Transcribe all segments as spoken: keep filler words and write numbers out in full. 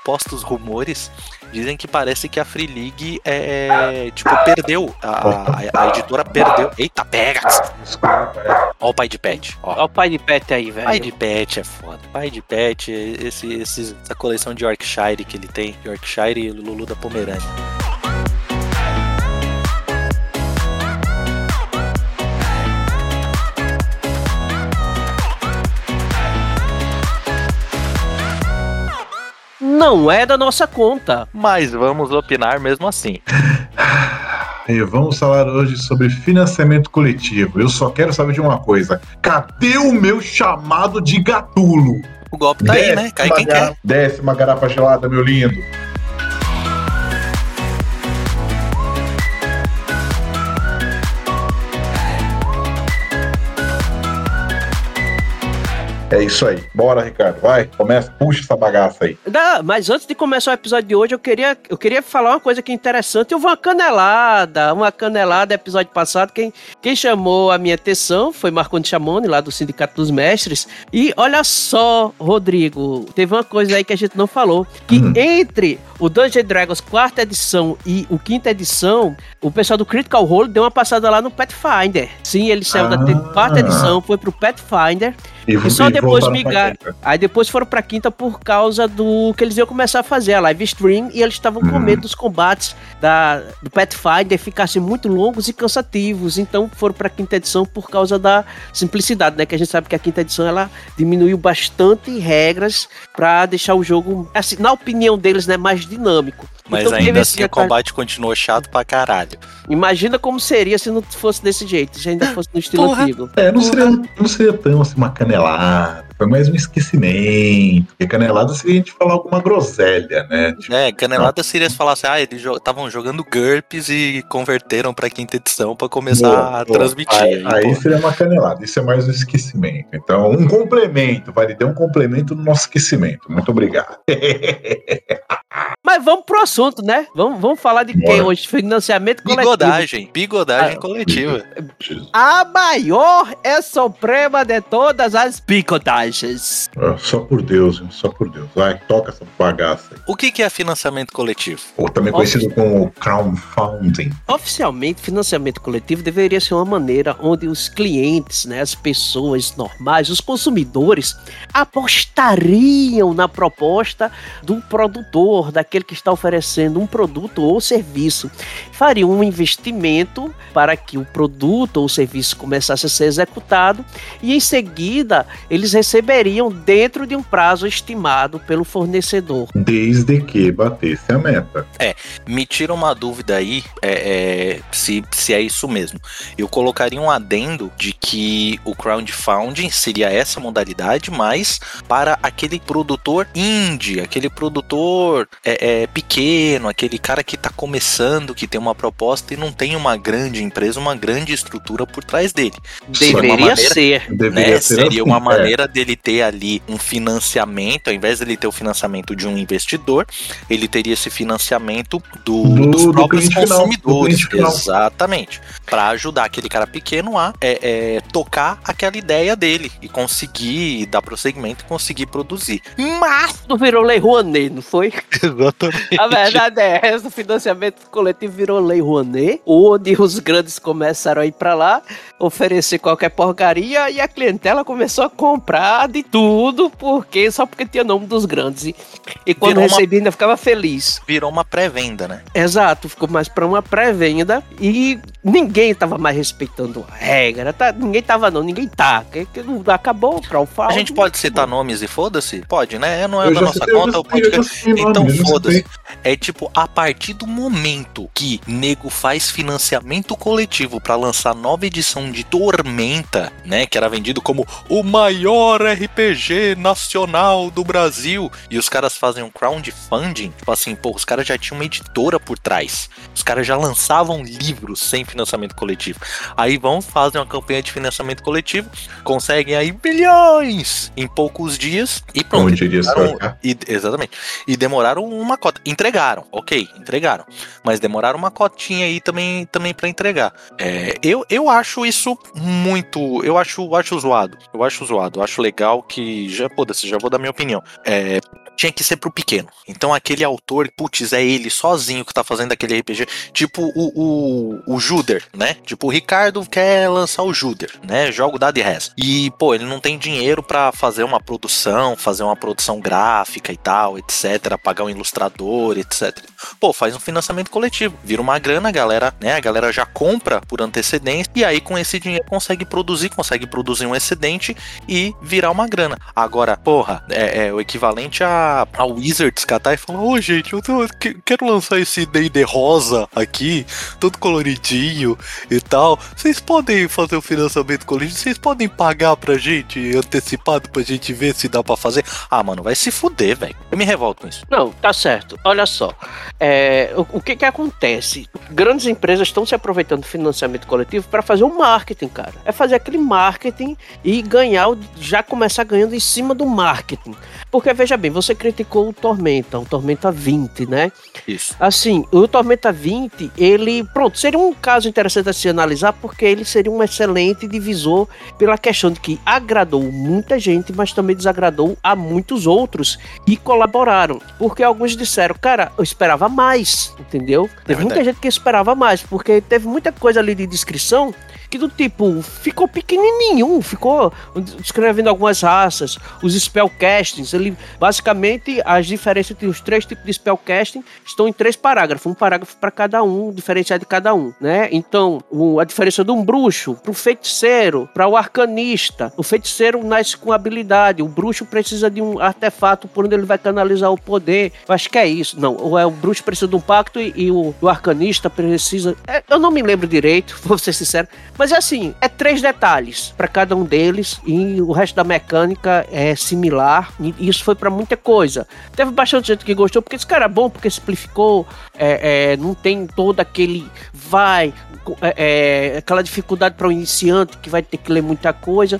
supostos rumores dizem que parece que a Free League é, tipo, perdeu, a, a, a editora perdeu. Eita, pega! Ó o pai de pet. Ó. Ó o pai de pet aí, velho. Pai de pet é foda. Pai de pet, esse, esse, essa coleção de Yorkshire que ele tem, Yorkshire e Lulu da Pomerânia. Não é da nossa conta. Mas vamos opinar mesmo assim. E vamos falar hoje sobre financiamento coletivo. Eu só quero saber de uma coisa. Cadê o meu chamado de gatulo? O golpe tá desce aí, né? Cai quem garapa, quer. Desce uma garapa gelada, meu lindo. É isso aí. Bora, Ricardo. Vai, começa, puxa essa bagaça aí. Não, mas antes de começar o episódio de hoje, eu queria, eu queria falar uma coisa que é interessante. Houve uma canelada, uma canelada episódio passado. Quem, quem chamou a minha atenção foi Marconi Chamoni, lá do Sindicato dos Mestres. E olha só, Rodrigo, teve uma coisa aí que a gente não falou. Que hum. entre o Dungeons and Dragons quarta edição e o quinta edição, o pessoal do Critical Role deu uma passada lá no Pathfinder. Sim, ele saiu ah. da quarta edição, foi pro Pathfinder. E, e só depois migraram. Aí depois foram pra quinta por causa do que eles iam começar a fazer, a live stream, e eles estavam com medo dos combates da, do Pathfinder ficassem muito longos e cansativos. Então foram pra quinta edição por causa da simplicidade, né? Que a gente sabe que a quinta edição ela diminuiu bastante regras pra deixar o jogo, assim, na opinião deles, né, mais dinâmico. Mas então, ainda assim o combate continuou chato pra caralho. Imagina como seria se não fosse desse jeito, se ainda fosse no estilo Porra. antigo. É, não seria, não seria tão assim uma canelada, foi mais um esquecimento. Porque canelada seria a gente falar alguma groselha, né? Tipo, é, canelada não. seria se falar assim, ah, eles estavam jogando GURPS e converteram pra quinta edição pra começar boa, a boa. transmitir. Aí, aí, aí seria uma canelada, isso é mais um esquecimento. Então, um complemento, vai ter um complemento no nosso esquecimento. Muito obrigado. Mas vamos pro assunto, né? Vamos, vamos falar de Bora. quem hoje? Financiamento coletivo. Bigodagem. Bigodagem ah, coletiva. A maior e suprema de todas as bigodagens. Ah, só por Deus, só por Deus. Vai, toca essa bagaça aí. O que, que é financiamento coletivo? Ou também conhecido Ofici... como crowdfunding. Oficialmente, financiamento coletivo deveria ser uma maneira onde os clientes, né, as pessoas normais, os consumidores, apostariam na proposta do produtor, daquele que está oferecendo um produto ou serviço, fariam um investimento para que o produto ou serviço começasse a ser executado e em seguida eles receberiam dentro de um prazo estimado pelo fornecedor. Desde que batesse a meta. É, me tira uma dúvida aí, é, é, se, se é isso mesmo. Eu colocaria um adendo de que o crowdfunding seria essa modalidade, mas para aquele produtor indie, aquele produtor é, é, pequeno, aquele cara que está começando, que tem uma proposta e não tem uma grande empresa, uma grande estrutura por trás dele. Deveria maneira, ser. Né, Deveria ser seria assim, uma é. maneira dele ter ali um financiamento, ao invés dele ter o financiamento de um investidor, ele teria esse financiamento do, do, dos próprios do consumidores. Final, do Exatamente. Para ajudar aquele cara pequeno a é, é, tocar aquela ideia dele e conseguir dar prosseguimento e conseguir produzir. Mas não virou Lei Rouanet, não foi? Exatamente. A verdade é essa, o financiamento coletivo virou Lei Rouanet, onde os grandes começaram a ir pra lá, oferecer qualquer porcaria e a clientela começou a comprar de tudo, porque só porque tinha nome dos grandes. E, e quando Virou recebia uma... ainda ficava feliz. Virou uma pré-venda, né? Exato, ficou mais pra uma pré-venda e ninguém tava mais respeitando a regra, tá? Ninguém tava não, ninguém tá, que, que não acabou o crowdfunding. A gente pode citar nomes e foda-se? Pode, né? Não é Eu da já nossa citei, conta, eu o podcast. nome, Então eu foda-se. É tipo, a partir do momento que nego faz financiamento coletivo pra lançar nova edição de Tormenta, né? Que era vendido como o maior R P G nacional do Brasil. E os caras fazem um crowdfunding. Tipo assim, pô, os caras já tinham uma editora por trás. Os caras já lançavam livros sem financiamento coletivo. Aí vão, fazem uma campanha de financiamento coletivo, conseguem aí bilhões em poucos dias e pronto. Como diria demoraram, e, exatamente. E demoraram uma cota. Entregaram, ok, entregaram. Mas demoraram uma cotinha aí também, também pra entregar. É, eu, eu acho isso muito... Eu acho, acho zoado. Eu acho zoado. Eu acho legal que... Já, foda-se, já vou dar minha opinião. É... tinha que ser pro pequeno. Então aquele autor, putz, é ele sozinho que tá fazendo aquele R P G, tipo o, o, o Juder, né? Tipo, o Ricardo quer lançar o Juder, né? Joga o dado e reza. E, pô, ele não tem dinheiro pra fazer uma produção, fazer uma produção gráfica e tal, etcétera, pagar um ilustrador, etcétera. Pô, faz um financiamento coletivo, vira uma grana, a galera, né? A galera já compra por antecedência e aí com esse dinheiro consegue produzir, consegue produzir um excedente e virar uma grana. Agora, porra, é, é o equivalente a, a Wizards catar e falar, ô oh, gente, eu, tô, eu quero lançar esse D e D rosa aqui, todo coloridinho e tal. Vocês podem fazer o financiamento coletivo, vocês podem pagar pra gente antecipado pra gente ver se dá pra fazer. Ah, mano, vai se fuder, velho. Eu me revolto com isso. Não, tá certo. Olha só. É, o, o que que acontece? Grandes empresas estão se aproveitando do financiamento coletivo para fazer o marketing, cara. É fazer aquele marketing e ganhar, já começar ganhando em cima do marketing. Porque, veja bem, você criticou o Tormenta, o Tormenta vinte, né? Isso. Assim, o Tormenta vinte, ele, pronto, seria um caso interessante a se analisar, porque ele seria um excelente divisor pela questão de que agradou muita gente, mas também desagradou a muitos outros e colaboraram. Porque alguns disseram, cara, eu esperava mais, entendeu? É teve muita gente que esperava mais, porque teve muita coisa ali de descrição que do tipo, ficou pequenininho, ficou descrevendo algumas raças, os spellcastings, ele, basicamente, as diferenças entre os três tipos de spellcasting estão em três parágrafos, um parágrafo para cada um, diferenciado de cada um, né? Então, o, a diferença de um bruxo pro feiticeiro, para o arcanista, o feiticeiro nasce com habilidade, o bruxo precisa de um artefato por onde ele vai canalizar o poder, eu acho que é isso, não, ou é o bruxo precisa de um pacto e, e o, o arcanista precisa, é, eu não me lembro direito, vou ser sincero, mas é assim, é três detalhes para cada um deles e o resto da mecânica é similar e isso foi para muita coisa. Teve bastante gente que gostou porque esse cara é bom, porque simplificou, é, é, não tem todo aquele vai, é, é, aquela dificuldade para o iniciante que vai ter que ler muita coisa.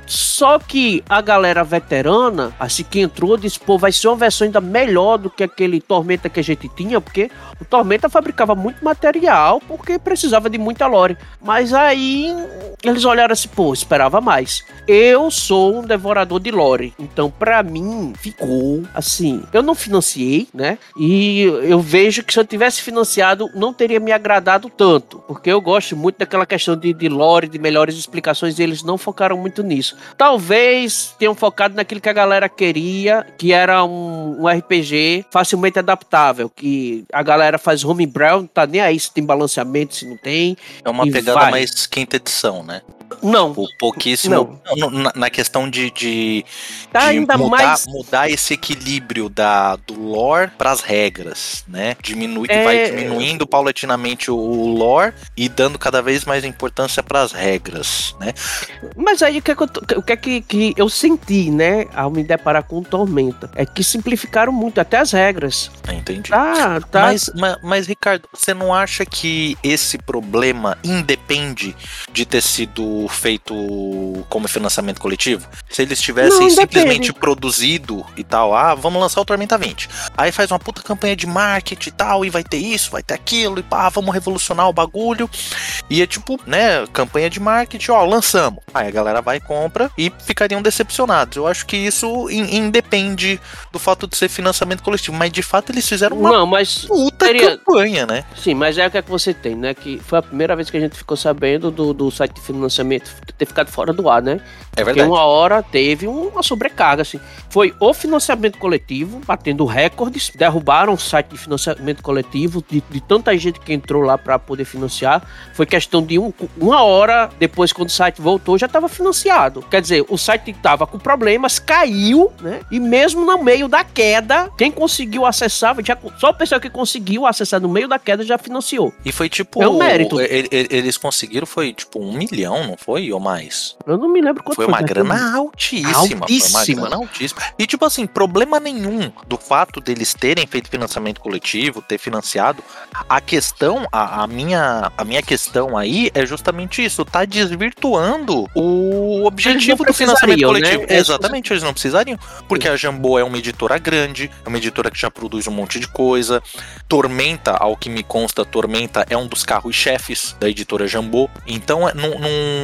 Só que a galera veterana, assim que entrou, disse, pô, vai ser uma versão ainda melhor do que aquele Tormenta que a gente tinha, porque o Tormenta fabricava muito material porque precisava de muita lore. Mas aí eles olharam assim, pô, esperava mais. Eu sou um devorador de lore, então pra mim ficou assim, eu não financiei, né? E eu vejo que se eu tivesse financiado não teria me agradado tanto, porque eu gosto muito daquela questão de, de lore, de melhores explicações, e eles não focaram muito nisso. Talvez tenham focado naquilo que a galera queria, que era um, um R P G facilmente adaptável, que a galera faz homebrew, não tá nem aí se tem balanceamento, se não tem. É uma pegada vai. mais quinta edição, né? Não. Por pouquíssimo. Não. Na, na questão de, de, tá de ainda mudar, mais... mudar esse equilíbrio da, do lore pras regras, né? Diminui, é... Vai diminuindo paulatinamente o, o lore e dando cada vez mais importância pras regras, né? Mas aí o que, é que, eu, o que é que, que eu senti, né? Ao me deparar com o Tormenta, é que simplificaram muito, até as regras. Entendi. Tá, tá. Mas, mas, mas, Ricardo, você não acha que esse problema independe de ter sido feito como financiamento coletivo? Se eles tivessem não, simplesmente produzido e tal, ah, vamos lançar o Tormenta vinte. Aí faz uma puta campanha de marketing e tal, e vai ter isso, vai ter aquilo, e pá, vamos revolucionar o bagulho. E é tipo, né, campanha de marketing, ó, lançamos. Aí a galera vai e compra e ficariam decepcionados. Eu acho que isso in- independe do fato de ser financiamento coletivo, mas de fato eles fizeram uma não, mas puta teria... campanha, né? Sim, mas é o que é que você tem, né? Que foi a primeira vez que a gente ficou sabendo do, do site de financiamento ter ficado fora do ar, né? É verdade. Porque uma hora teve uma sobrecarga, assim. Foi o financiamento coletivo, batendo recordes, derrubaram o site de financiamento coletivo, de, de tanta gente que entrou lá para poder financiar. Foi questão de um, uma hora depois, quando o site voltou, já estava financiado. Quer dizer, o site estava com problemas, caiu, né? E mesmo no meio da queda, quem conseguiu acessar, já, só o pessoal que conseguiu acessar no meio da queda já financiou. E foi tipo... É um mérito. Eles conseguiram, foi tipo um milhão, não foi? Ou mais? Eu não me lembro quanto foi. Foi uma grana altíssima. Altíssima. Foi uma grana altíssima. E tipo assim, problema nenhum do fato deles terem feito financiamento coletivo, ter financiado. A questão, a, a, minha, a minha questão aí é justamente isso, tá desvirtuando o objetivo do financiamento coletivo. Né? Exatamente, eles não precisariam. Porque a Jambô é uma editora grande, é uma editora que já produz um monte de coisa. Tormenta, ao que me consta, Tormenta é um dos carros-chefes da editora Jambô. Então, não, não,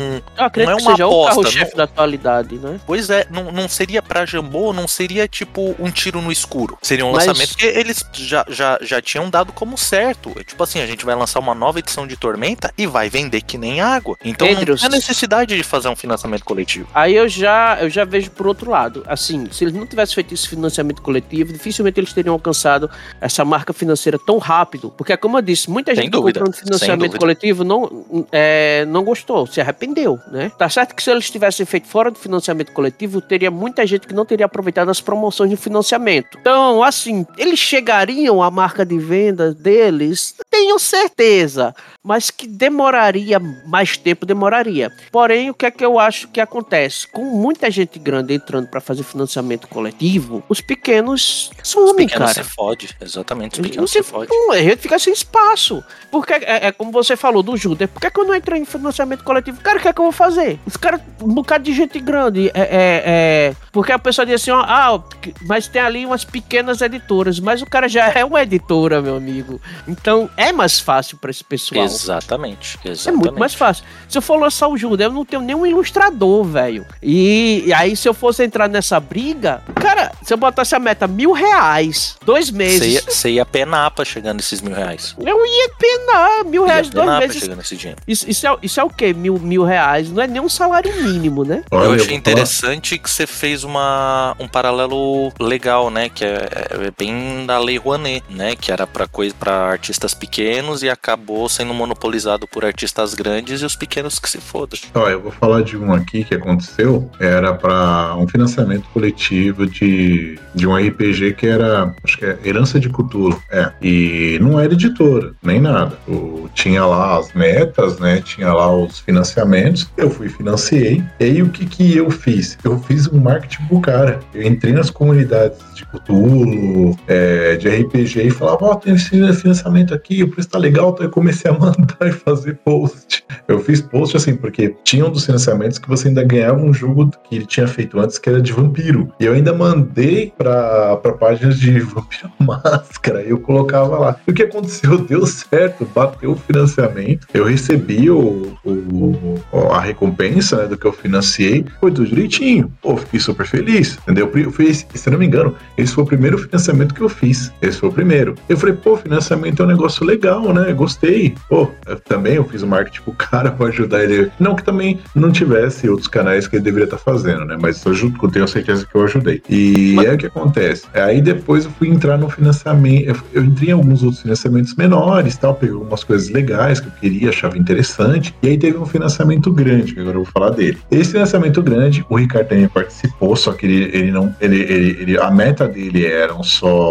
um... Eu acredito não é que uma seja o aposta, carro-chefe não- da atualidade, né? Pois é, não, não seria pra Jambô, não seria tipo um tiro no escuro. Seria um Mas- lançamento que eles já, já, já tinham dado como certo. É tipo assim, a gente vai lançar uma nova edição de Tormenta e vai vender que nem água. Então Andrews. não tem necessidade de fazer um financiamento coletivo. Aí eu já, eu já vejo por outro lado. Assim, se eles não tivessem feito esse financiamento coletivo, dificilmente eles teriam alcançado essa marca financeira tão rápido. Porque, como eu disse, muita Sem gente dúvida, comprando sem financiamento dúvida. coletivo não, é, não gostou, se arrependeu, né? Tá certo que se eles tivessem feito fora do financiamento coletivo, teria muita gente que não teria aproveitado as promoções de financiamento. Então, assim, eles chegariam à marca de venda deles, tenho certeza, mas que demoraria mais tempo, demoraria. Porém, o que é que eu acho que acontece? Com muita gente grande entrando para fazer financiamento coletivo, os pequenos Os sumem, pequenos cara. se fode, exatamente, os Não pequenos tem- se fode. não, a gente fica sem espaço. Porque é, é como você falou do Judas. Por que, que eu não entrei em financiamento coletivo? Cara, o que é que eu vou fazer? Os caras, um bocado de gente grande. É, é, é, porque a pessoa diz assim, ó, ah, mas tem ali umas pequenas editoras. Mas o cara já é uma editora, meu amigo. Então é mais fácil para esse pessoal. Exatamente, exatamente. É muito mais fácil. Se eu for lançar o Judas, eu não tenho nenhum ilustrador, velho. E, e aí, se eu fosse entrar nessa briga, cara, se eu botasse a meta mil reais, dois meses. Você ia, você ia penar pra chegar nesses mil reais. Eu ia penar mil reais Ia dois penar pra meses. chegar nesse dinheiro. Isso, isso, é, isso é o quê? Mil, mil reais? Não é nem um salário mínimo, né? Olha, eu vou achei falar- interessante que você fez uma, um paralelo legal, né? Que é, é bem da Lei Rouanet, né? Que era pra, coisa, pra artistas pequenos e acabou sendo monopolizado por artistas grandes e os pequenos que se fodam. Ó, eu vou falar de um aqui que aconteceu, era para um financiamento coletivo de, de um R P G que era, acho que é Herança de Cthulhu, é, e não era editora, nem nada. O, tinha lá as metas, né, tinha lá os financiamentos, eu fui financiei, e aí o que que eu fiz? Eu fiz um marketing pro cara, eu entrei nas comunidades de Cthulhu, é, de R P G e falava, ó, tem esse financiamento aqui, o preço tá legal, então eu comecei a mandar e fazer post. Eu fiz post assim, porque tinha um dos financiamentos que você ainda ganhava um jogo que ele tinha feito antes, que era de vampiro. E eu ainda mandei pra, pra páginas de Vampiro Máscara, e eu colocava lá. E o que aconteceu? Deu certo, bateu o financiamento, eu recebi o, o, a recompensa, né, do que eu financiei, foi tudo direitinho. Pô, fiquei super feliz, entendeu? Eu fiz, se eu não me engano, esse foi o primeiro financiamento que eu fiz. Esse foi o primeiro. Eu falei, pô, financiamento é um negócio legal, né? Gostei. Pô, eu, também eu fiz o marketing pro cara pra ajudar ele. Não que também não tivesse outros canais que ele deveria estar fazendo, né? Mas eu junto, tenho certeza que eu ajudei. E Mas... é o que acontece. Aí depois eu fui entrar no financiamento. Eu, eu entrei em alguns outros financiamentos menores, tal, peguei algumas coisas legais que eu queria, achava interessante. E aí teve um financiamento grande, que agora eu vou falar dele. Esse financiamento grande, o Ricardo também participou, só que ele, ele não. Ele, ele, ele, a meta dele eram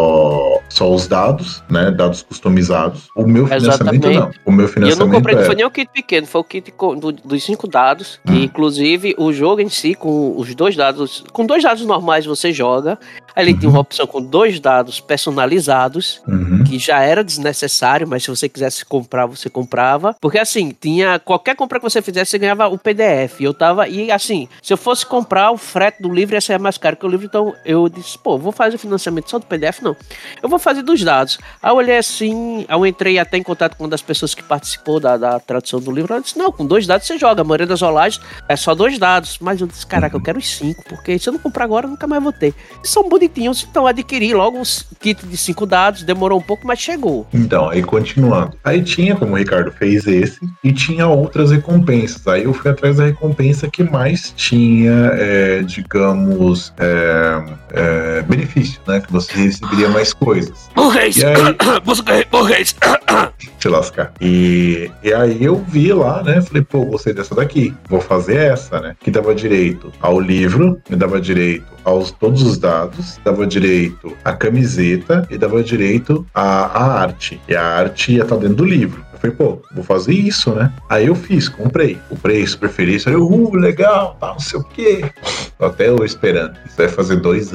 só, só os dados, né? Dados customizados. O meu financiamento Exatamente. não. O meu E eu financiamento não comprei, não era... foi nem o kit pequeno, foi o kit co- do- dos cinco dados. Hum. Que, inclusive, o jogo em si, com os dois dados, com dois dados normais você joga. Aí ele Uhum. tinha uma opção com dois dados personalizados, Uhum. que já era desnecessário, mas se você quisesse comprar, você comprava. Porque assim, tinha qualquer compra que você fizesse, você ganhava o P D F. Eu tava, e assim, se eu fosse comprar o frete do livro, ia sair mais caro que o livro, então eu disse, pô, vou fazer o financiamento só do P D F, não. Eu vou fazer dos dados. Aí eu olhei assim, aí eu entrei até em contato com uma das pessoas que participou da, da tradução do livro. Ela disse, não, com dois dados você joga. A maioria das rolagens é só dois dados. Mas eu disse, caraca, eu quero os cinco, porque se eu não comprar agora, eu nunca mais vou ter. E são bonitinhos, então adquiri logo um kit de cinco dados, demorou um pouco, mas chegou. Então, aí continuando. Aí tinha, como o Ricardo fez esse, e tinha outras recompensas. Aí eu fui atrás da recompensa que mais tinha, é, digamos, é, é, benefício, né? Que você receberia mais coisas. Morreis! E aí, Morreis! te lascar. E, e aí eu vi lá, né? Falei, pô, gostei dessa daqui. Vou fazer essa, né? Que dava direito ao livro, me dava direito aos todos os dados, dava direito à camiseta e dava direito à, à arte. E a arte ia estar dentro do livro. Eu falei, pô, vou fazer isso, né? Aí eu fiz, comprei. Comprei, super feliz. Falei, uh, legal, tá, não sei o quê. Tô até eu esperando. Isso vai fazer dois anos.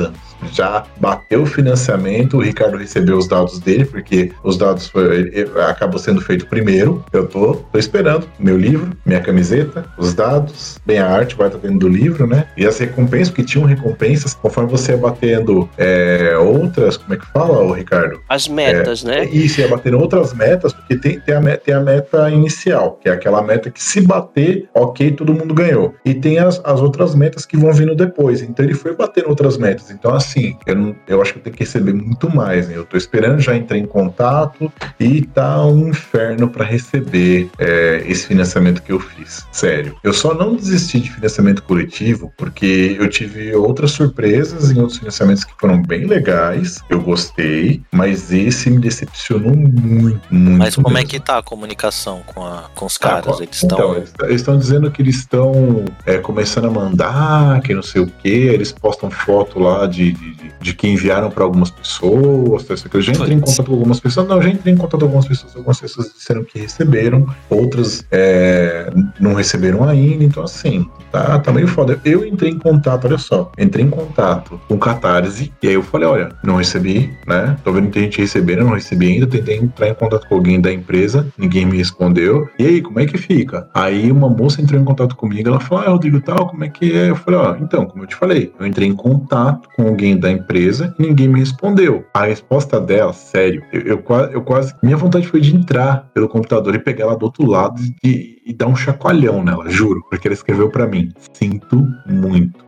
já bateu o financiamento, o Ricardo recebeu os dados dele, porque os dados foi, acabou sendo feito primeiro. Eu tô, tô esperando meu livro, minha camiseta, os dados, bem a arte vai estar dentro do livro, né? E as recompensas, porque tinham recompensas, conforme você ia batendo é, outras, como é que fala, ô Ricardo? As metas, é, né? Isso, ia batendo outras metas, porque tem, tem, a meta, tem a meta inicial, que é aquela meta que se bater, ok, todo mundo ganhou. E tem as, as outras metas que vão vindo depois. Então ele foi batendo outras metas. Então, assim, eu, não, eu acho que eu tenho que receber muito mais, né? Eu tô esperando, já entrei em contato e tá um inferno para receber é, esse financiamento que eu fiz. Sério. Eu só não desisti de financiamento coletivo porque eu tive outras surpresas em outros financiamentos que foram bem legais. Eu gostei, mas esse me decepcionou muito, muito. Mas como mesmo. é que tá a comunicação com, a, com os caras? Ah, eles estão... Então, eles estão dizendo que eles estão é, começando a mandar, que não sei o que, eles postam foto lá de, de, de que enviaram para algumas pessoas. Eu já entrei em contato com algumas pessoas, não, já entrei em contato com algumas pessoas, algumas pessoas disseram que receberam, outras é, não receberam ainda, então assim, tá, tá meio foda. Eu entrei em contato, olha só, entrei em contato com o Catarse, e aí eu falei, olha, não recebi, né, tô vendo que tem gente recebendo, não recebi ainda, tentei entrar em contato com alguém da empresa, ninguém me respondeu, e aí, como é que fica? Aí uma moça entrou em contato comigo, ela falou, ah, Rodrigo, tal, como é que é? Eu falei, ó, então, como eu te falei, eu entrei em contato com alguém da empresa e ninguém me respondeu. A resposta dela, sério, eu, eu, eu quase, minha vontade foi de entrar pelo computador e pegar ela do outro lado e, e dar um chacoalhão nela, juro, porque ela escreveu pra mim, sinto muito.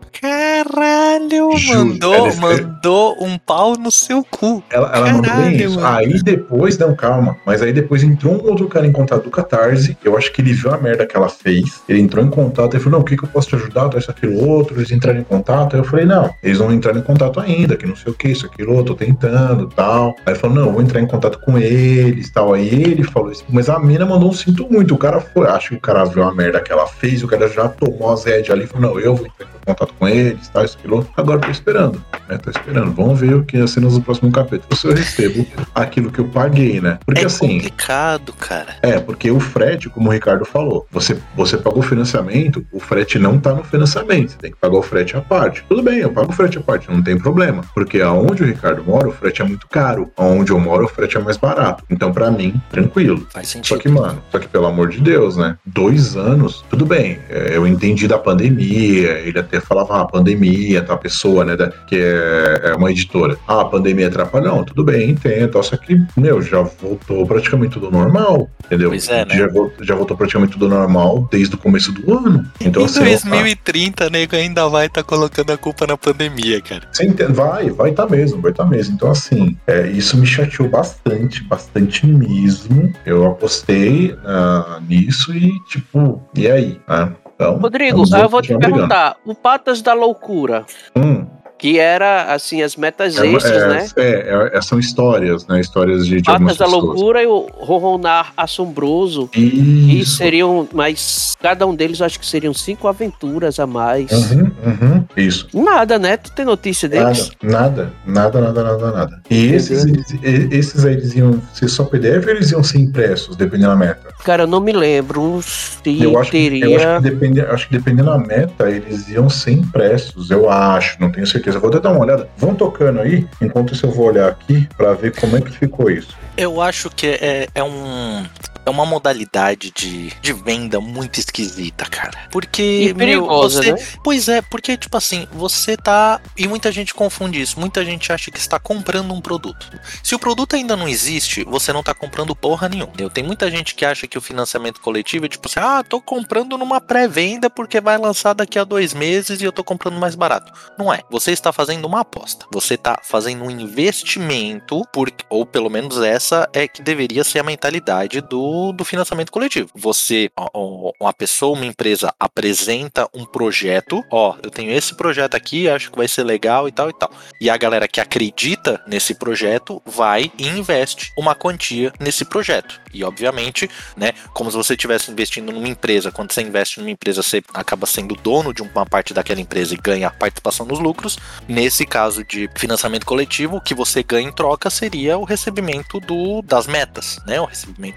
Caralho, Juro, mandou, escreve... mandou um pau no seu cu. Ela, ela Caralho, mandou bem isso. Mano. Aí depois, não, calma. Mas aí depois entrou um outro cara em contato do Catarse. Eu acho que ele viu a merda que ela fez. Ele entrou em contato e falou: não, o que, que eu posso te ajudar? Isso, aquilo, outro. Eles entraram em contato. Aí eu falei: não, eles não entraram em contato ainda, que não sei o que, isso, aquilo, tô tentando tal. Aí ele falou: não, eu vou entrar em contato com eles tal. Aí ele falou isso. Mas a mina mandou um sinto muito. O cara foi, acho que o cara viu a merda que ela fez. O cara já tomou as rédeas ali e falou: não, eu vou entrar em contato com eles tal, isso, aquilo. Agora tô esperando, né? Tô esperando. Vamos ver o que é cenas do próximo capítulo. Se eu recebo aquilo que eu paguei, né? Porque é assim. É complicado, cara. É, porque o frete, como o Ricardo falou, você, você pagou o financiamento, o frete não tá no financiamento. Você tem que pagar o frete à parte. Tudo bem, eu pago o frete à parte, não tem problema. Porque aonde o Ricardo mora, o frete é muito caro. Aonde eu moro, o frete é mais barato. Então, pra mim, tranquilo. Faz sentido. Só que, mano, só que pelo amor de Deus, né? Dois anos, tudo bem. Eu entendi da pandemia, ele até falava, ah, pandemia, tá, pessoa, né, da, que é, é uma editora. Ah, a pandemia atrapalha. Não, tudo bem, entendo. Só que, meu, já voltou praticamente tudo normal, entendeu? Pois é, né? Já, já voltou praticamente tudo normal desde o começo do ano. Então, em assim, dois mil e trinta, nego, ainda vai estar tá colocando a culpa na pandemia, cara. Você entende? Vai, vai tá mesmo, vai tá mesmo. Então, assim, é, isso me chateou bastante, bastante mesmo. Eu apostei uh, nisso e, tipo, e aí? Né? Então, Rodrigo, eu vou te perguntar, o Patas da Loucura, hum. que era, assim, as metas é, extras, é, né? É, é, são histórias, né? Histórias de, de Patas da pessoas. Loucura e o Ronronar Assombroso. Isso. E seriam, mas cada um deles acho que seriam cinco aventuras a mais. Uhum, uhum, isso. Nada, né? Tu tem notícia deles? Nada, nada, nada, nada, nada, nada. E esses, eles, esses aí, eles iam ser só P D F ou eles iam ser impressos, dependendo da meta? Cara, eu não me lembro se eu acho teria... Que, eu acho que, depende, acho que dependendo da meta, eles iam ser impressos, eu acho, não tenho certeza. Eu vou até dar uma olhada. Vão tocando aí, enquanto isso eu vou olhar aqui pra ver como é que ficou isso. Eu acho que é, é um... É uma modalidade de, de venda muito esquisita, cara. Porque, e perigosa, meu, você... né? Pois é, porque, tipo assim, você tá... E muita gente confunde isso. Muita gente acha que está comprando um produto. Se o produto ainda não existe, você não tá comprando porra nenhuma. Entendeu? Tem muita gente que acha que o financiamento coletivo é tipo assim, ah, tô comprando numa pré-venda porque vai lançar daqui a dois meses e eu tô comprando mais barato. Não é. Você está fazendo uma aposta. Você tá fazendo um investimento, por... ou pelo menos essa é que deveria ser a mentalidade do do financiamento coletivo. Você, uma pessoa, uma empresa apresenta um projeto, ó, eu tenho esse projeto aqui, acho que vai ser legal e tal e tal. E a galera que acredita nesse projeto vai e investe uma quantia nesse projeto. E obviamente, né, como se você estivesse investindo numa empresa, quando você investe numa empresa, você acaba sendo dono de uma parte daquela empresa e ganha participação nos lucros. Nesse caso de financiamento coletivo, o que você ganha em troca seria o recebimento do, das metas, né, o recebimento do, do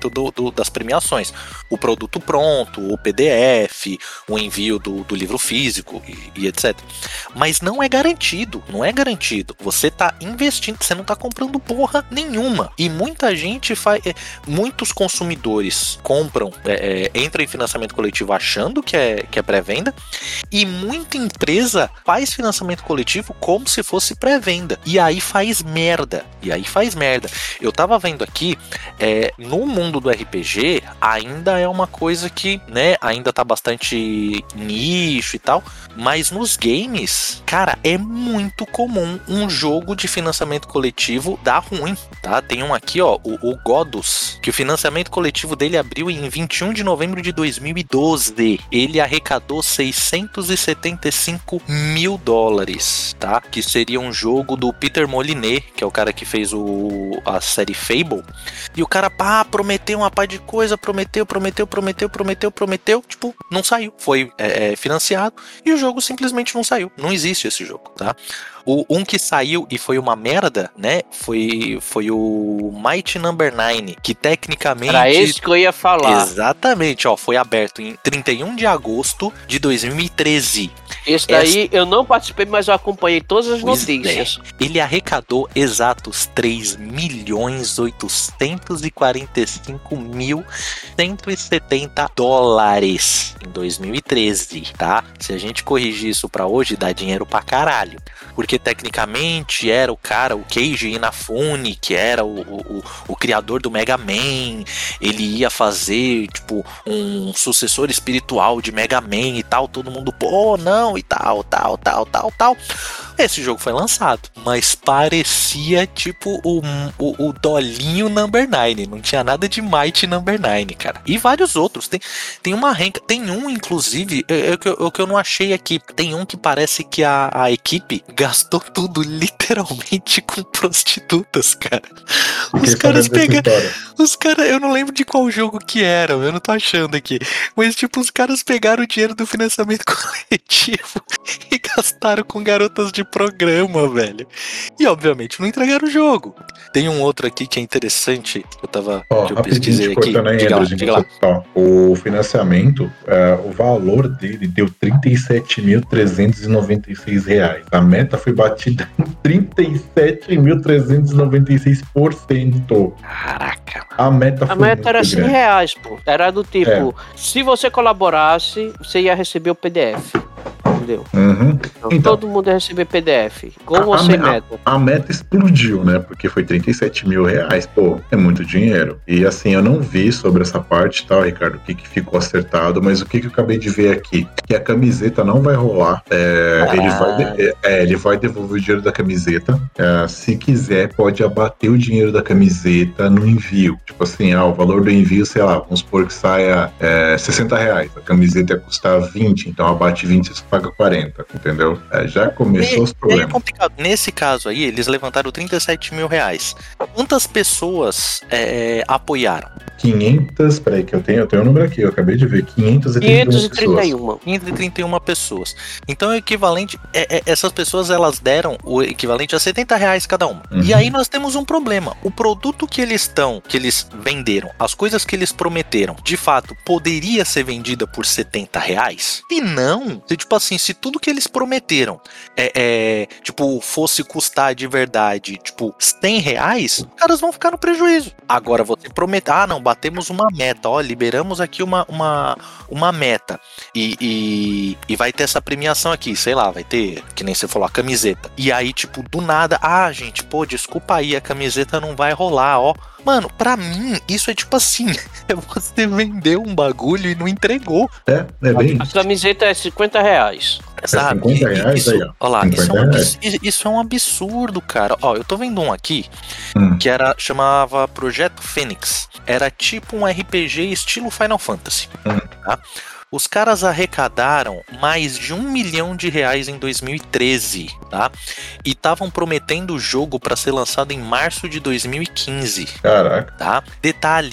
do, das premiações. O produto pronto, o P D F, o envio do, do livro físico e, e etcétera. Mas não é garantido, não é garantido. Você tá investindo, você não tá comprando porra nenhuma. E muita gente faz, muitos consumidores compram, é, é, entram em financiamento coletivo achando que é, que é pré-venda, e muita empresa faz financiamento coletivo como se fosse pré-venda. E aí faz merda. E aí faz merda. Eu tava vendo aqui, é, no mundo do R P G, ainda é uma coisa que, né, ainda tá bastante nicho e tal, mas nos games, cara, é muito comum um jogo de financiamento coletivo dar ruim, tá? Tem um aqui, ó, o, o Godus, que o financiamento coletivo dele abriu em vinte e um de novembro de dois mil e doze. Ele arrecadou seiscentos e setenta e cinco mil dólares, tá? Que seria um jogo do Peter Molyneux, que é o cara que fez o, a série Fable. E o cara, pá, prometeu uma pá de coisa, prometeu, prometeu, prometeu, prometeu, prometeu, tipo, não saiu. Foi é, é, financiado e o jogo simplesmente não saiu. Não existe esse jogo, tá? O, um que saiu e foi uma merda, né? Foi, foi o Might Number nine, que tecnicamente... Era esse que eu ia falar. Exatamente, ó, foi aberto em trinta e um de agosto de dois mil e treze. Esse daí Essa... eu não participei, mas eu acompanhei todas as pois notícias. É. Ele arrecadou exatos três milhões oitocentos e quarenta e cinco mil cento e setenta dólares em dois mil e treze, tá? Se a gente corrigir isso pra hoje, dá dinheiro pra caralho. Porque tecnicamente era o cara, o Keiji Inafune, que era o, o, o criador do Mega Man. Ele ia fazer, tipo, um sucessor espiritual de Mega Man e tal. Todo mundo, pô, não, e tal, tal, tal, tal, tal. Esse jogo foi lançado, mas parecia tipo o, o, o Dolinho Number nine. Não tinha nada de Might Number nine, cara. E vários outros. Tem, tem uma renca, tem um, inclusive, é, é, o que eu não achei aqui. Tem um que parece que a, a equipe gastou tudo literalmente com prostitutas, cara. Os caras pegaram. Os caras, eu não lembro de qual jogo que era, eu não tô achando aqui. Mas, tipo, os caras pegaram o dinheiro do financiamento coletivo e gastaram com garotas de programa, velho. E, obviamente, não entregaram o jogo. Tem um outro aqui que é interessante, que eu tava. Ó, que eu pesquisei aqui. Né, diga lá, diga lá. Ó, o financiamento, uh, o valor dele deu trinta e sete mil trezentos e noventa e seis reais. A meta foi batida em trinta e sete mil trezentos e noventa e seis por cento. Caraca. A meta foi A meta era cem grande. reais, pô. Era do tipo, É. se você colaborasse, você ia receber o P D F. Entendeu? Uhum. Então, Então, todo mundo ia receber P D F. Com a, ou sem a, meta. a meta explodiu, né? Porque foi trinta e sete mil reais. Pô, é muito dinheiro. E assim, eu não vi sobre essa parte, tá, Ricardo? O que, que ficou acertado, mas o que, que eu acabei de ver aqui? Que a camiseta não vai rolar. É, Ah. ele, vai de- é, ele vai devolver o dinheiro da camiseta. É, se quiser, pode abater o dinheiro da camiseta no envio. Tipo assim, ah, o valor do envio, sei lá, vamos supor que saia é, sessenta reais. A camiseta ia custar vinte, então abate vinte e você paga quarenta, entendeu? É, já começou os E, e aí é problemas. complicado. Nesse caso aí, eles levantaram trinta e sete mil reais. Quantas pessoas é, apoiaram? quinhentas, peraí que eu tenho, eu tenho o número aqui, eu acabei de ver, quinhentas e trinta e uma quinhentos e trinta e pessoas. um. quinhentas e trinta e uma pessoas. Então é o equivalente. É, é, essas pessoas elas deram o equivalente a setenta reais cada uma. Uhum. E aí nós temos um problema. O produto que eles estão, que eles venderam, as coisas que eles prometeram, de fato, poderia ser vendida por setenta reais? E não. Se, tipo assim, se tudo que eles prometeram é, é, tipo, fosse custar de verdade, tipo, cem reais, os caras vão ficar no prejuízo. Agora você promete, ah, não, batemos uma meta, ó, liberamos aqui uma, uma, uma meta e, e, e vai ter essa premiação aqui, sei lá, vai ter, que nem você falou, a camiseta. E aí, tipo, do nada, ah, gente, pô, desculpa aí, a camiseta não vai rolar, ó. Mano, pra mim, isso é tipo assim, é você vendeu um bagulho e não entregou, É, é bem A isso. camiseta é cinquenta reais. sabe? cinquenta E- e- reais isso, aí, ó. ó lá, isso é, um cinquenta abs- isso é um absurdo, cara. Ó, eu tô vendo um aqui Hum. que era, chamava Projeto Fênix. Era tipo um R P G estilo Final Fantasy. Hum. Tá? Os caras arrecadaram mais de um milhão de reais em dois mil e treze, tá? E estavam prometendo o jogo para ser lançado em março de dois mil e quinze, Caraca. tá? Detalhe,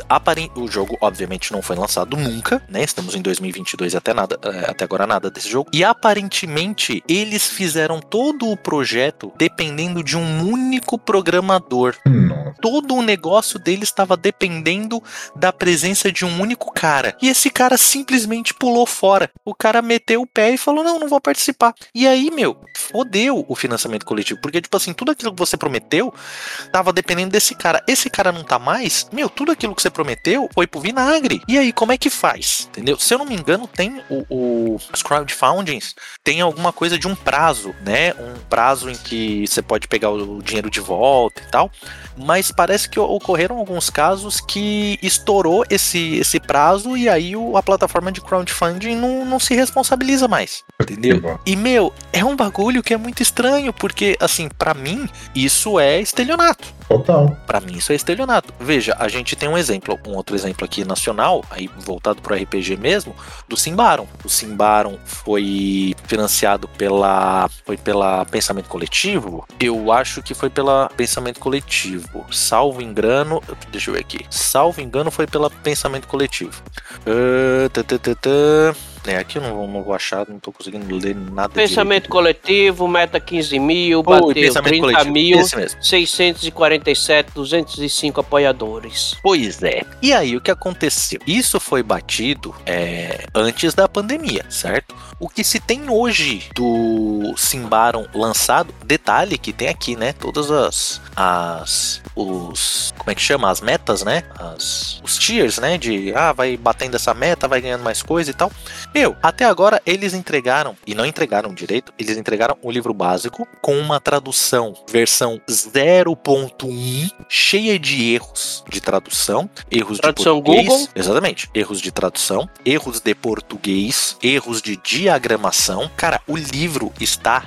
aparent... o jogo obviamente não foi lançado nunca, né? Estamos em dois mil e vinte e dois e até, nada, até agora nada desse jogo. E aparentemente eles fizeram todo o projeto dependendo de um único programador. Nossa. Todo o negócio deles estava dependendo da presença de um único cara. E esse cara simplesmente pulou fora. O cara meteu o pé e falou, não, não vou participar. E aí, meu, fodeu o financiamento coletivo. Porque, tipo assim, tudo aquilo que você prometeu tava dependendo desse cara. Esse cara não tá mais, meu, tudo aquilo que você prometeu foi pro vinagre. E aí, como é que faz? Entendeu? Se eu não me engano, tem o, o os crowdfundings, tem alguma coisa de um prazo, né? Um prazo em que você pode pegar o dinheiro de volta e tal. Mas parece que ocorreram alguns casos que estourou esse, esse prazo e aí o, a plataforma de crowdfunding não, não se responsabiliza mais, entendeu? E, meu, é um bagulho que é muito estranho, porque, assim, pra mim, isso é estelionato. Total. Pra mim, isso é estelionato. Veja, a gente tem um exemplo, um outro exemplo aqui nacional, aí voltado pro R P G mesmo, do Symbaroum. O Symbaroum foi financiado pela, foi pela Pensamento Coletivo. Eu acho que foi pela Pensamento Coletivo. Salvo engano, deixa eu ver aqui. Salvo engano, foi pela Pensamento Coletivo. Uh, tã, tã, tã, tã. É, aqui eu não, não vou achar, não tô conseguindo ler nada. Pensamento direito. Coletivo, meta quinze mil, Pô, bateu trinta mil, seiscentos e quarenta e sete, duzentos e cinco apoiadores. Pois é. E aí, o que aconteceu? Isso foi batido é, antes da pandemia, certo? O que se tem hoje do Symbaroum lançado, detalhe que tem aqui, né? Todas as... as os... como é que chama? As metas, né? As, os tiers, né? De, ah, vai batendo essa meta, vai ganhando mais coisa e tal. Meu, até agora eles entregaram, e não entregaram direito, eles entregaram o livro básico com uma tradução versão zero ponto um, cheia de erros de tradução, erros tradução de português, Google. Exatamente, erros de tradução, erros de português, erros de diagramação. Cara, o livro está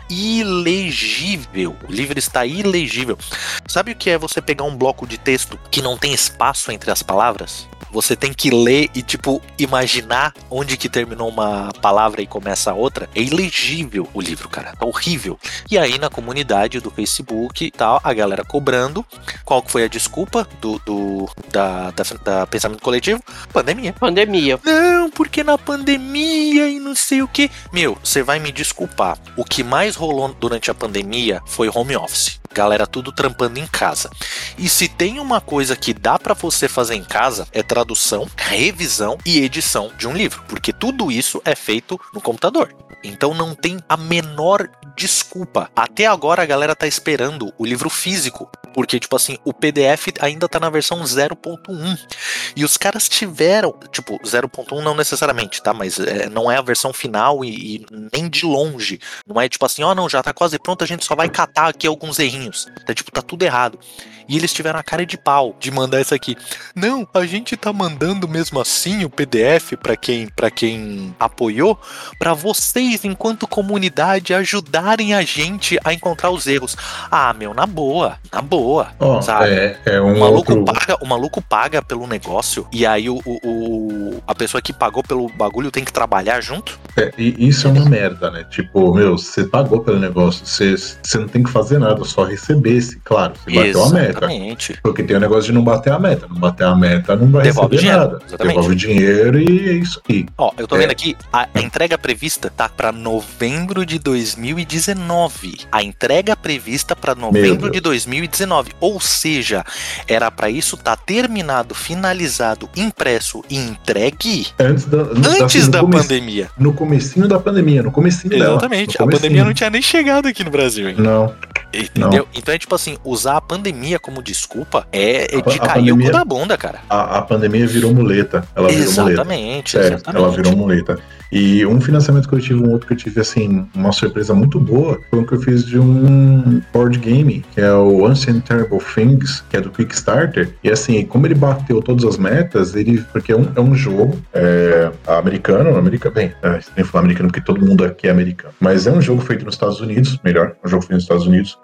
ilegível. O livro está ilegível. Sabe o que é você pegar um bloco de texto que não tem espaço entre as palavras? Você tem que ler e, tipo, imaginar onde que terminou uma palavra e começa a outra. É ilegível o livro, cara. Tá horrível. E aí, na comunidade do Facebook e tal, a galera cobrando. Qual que foi a desculpa do, do da, da, da Pensamento Coletivo? Pandemia. Pandemia. Não, porque na pandemia e não sei o que. Meu, você vai me desculpar. O que mais rolou durante a pandemia foi home office. Galera tudo trampando em casa. E se tem uma coisa que dá pra você fazer em casa, é tradução, revisão e edição de um livro. Porque tudo isso é feito no computador. Então não tem a menor desculpa. Até agora a galera tá esperando o livro físico. Porque, tipo assim, o P D F ainda tá na versão zero ponto um. E os caras tiveram... Tipo, zero ponto um não necessariamente, tá? Mas é, não é a versão final e, e nem de longe. Não é tipo assim, ó, oh, não, já tá quase pronto, a gente só vai catar aqui alguns errinhos. Então, tipo, tá tudo errado. E eles tiveram a cara de pau de mandar isso aqui. Não, a gente tá mandando mesmo assim o P D F pra quem, pra quem apoiou, pra vocês, enquanto comunidade, ajudarem a gente a encontrar os erros. Ah, meu, na boa, na boa, oh, sabe? É, é um o, maluco outro... paga, o maluco paga pelo negócio e aí o, o, o, a pessoa que pagou pelo bagulho tem que trabalhar junto? É, e isso é uma merda, né? Tipo, meu, você pagou pelo negócio, você, você não tem que fazer nada, só receber, se, claro, você bateu a meta. Exatamente. Porque tem o negócio de não bater a meta. Não bater a meta não vai Devolve receber dinheiro, nada. exatamente. Devolve o dinheiro e é isso aí. Ó, eu tô É. vendo aqui, a, a entrega prevista tá pra novembro de dois mil e dezenove. A entrega prevista pra novembro de dois mil e dezenove. Ou seja, era pra isso tá terminado, finalizado, impresso e entregue Antes da, antes da, da come, pandemia. No comecinho da pandemia, no comecinho dela. Exatamente. No A comecinho. pandemia não tinha nem chegado aqui no Brasil, hein? Não. Entendeu? Não. Então é tipo assim, usar a pandemia como desculpa é, é A- de a cair pandemia- o cu da bunda, cara. A, a pandemia virou muleta. Ela virou muleta. Exatamente, Sério, exatamente. ela virou muleta. E um financiamento coletivo, um outro que eu tive, assim, uma surpresa muito boa, foi o que eu fiz de um board game, que é o Ancient Terrible Things, que é do Kickstarter. E assim, como ele bateu todas as metas, ele, porque é um, é um jogo é, americano, americano, bem, é, nem falar americano porque todo mundo aqui é americano, mas é um jogo feito nos Estados Unidos, melhor, um jogo feito nos Estados Unidos.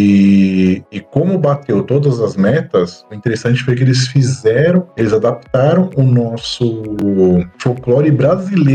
E, e como bateu todas as metas, o interessante foi que eles fizeram, eles adaptaram o nosso folclore brasileiro e jogaram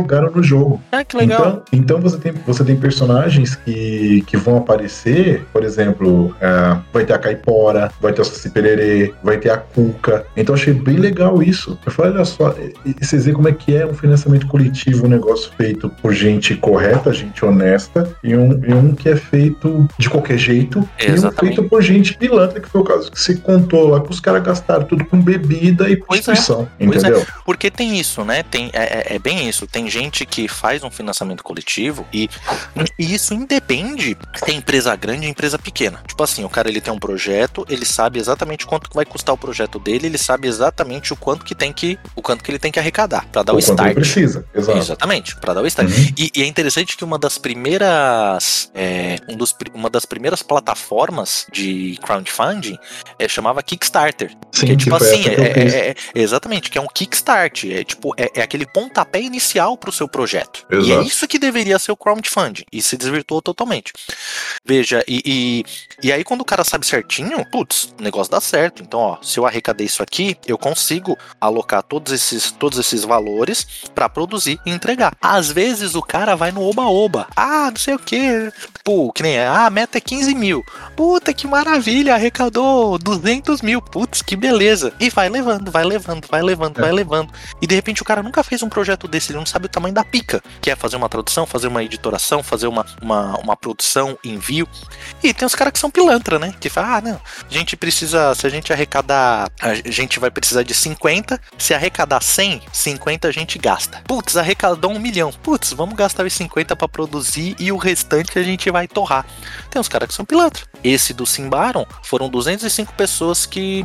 jogaram no jogo. Ah, que legal. Então, então você, tem, você tem personagens que, que vão aparecer, por exemplo, uh, vai ter a Caipora, vai ter o Saci Pererê, vai ter a Cuca. Então eu achei bem legal isso. Eu falei, olha só, e, e vocês veem como é que é um financiamento coletivo, um negócio feito por gente correta, gente honesta, e um, e um que é feito de qualquer jeito, Exatamente. E um feito por gente pilantra, que foi o caso que você contou lá, que os caras gastaram tudo com bebida e prostituição, é. entendeu? É. Porque tem isso, né? Tem, é, é bem isso. Tem gente que faz um financiamento coletivo e, e isso independe se é empresa grande ou empresa pequena. Tipo assim, o cara ele tem um projeto, ele sabe exatamente quanto vai custar o projeto dele, ele sabe exatamente o quanto que tem que, o quanto que ele tem que arrecadar para dar o, o start. Ele precisa, exato. Exatamente, para dar o start. Uhum. E, e é interessante que uma das primeiras, é, um dos, uma das primeiras plataformas de crowdfunding é, chamava Kickstarter. Sim, que é tipo assim, que é, é, é, exatamente, que é um Kickstart, é tipo, é, é aquele pontapé inicial pro seu projeto. Exato. E é isso que deveria ser o crowdfunding, e se desvirtuou totalmente. Veja, e, e, e aí quando o cara sabe certinho, putz, o negócio dá certo. Então, ó, se eu arrecadei isso aqui, eu consigo alocar todos esses, todos esses valores pra produzir e entregar. Às vezes o cara vai no oba-oba, ah, não sei o que, pô, que nem, ah, a meta é quinze mil, puta que maravilha, arrecadou duzentos mil, putz, que beleza, e vai levando, vai levando, vai levando, é. vai levando, e de repente o cara nunca fez um projeto desse, ele não sabe o tamanho da pica, que é fazer uma tradução, fazer uma editoração, fazer uma, uma, uma produção, envio, e tem os caras que são pilantra, né, que falam, ah, não, a gente precisa, se a gente arrecadar, a gente vai precisar de cinquenta, se arrecadar cem, cinquenta a gente gasta, putz, arrecadou um milhão, putz, vamos gastar os cinquenta pra produzir e o restante a gente vai torrar. Tem uns caras que são pilantra. Esse do Simbaron foram duzentas e cinco pessoas que,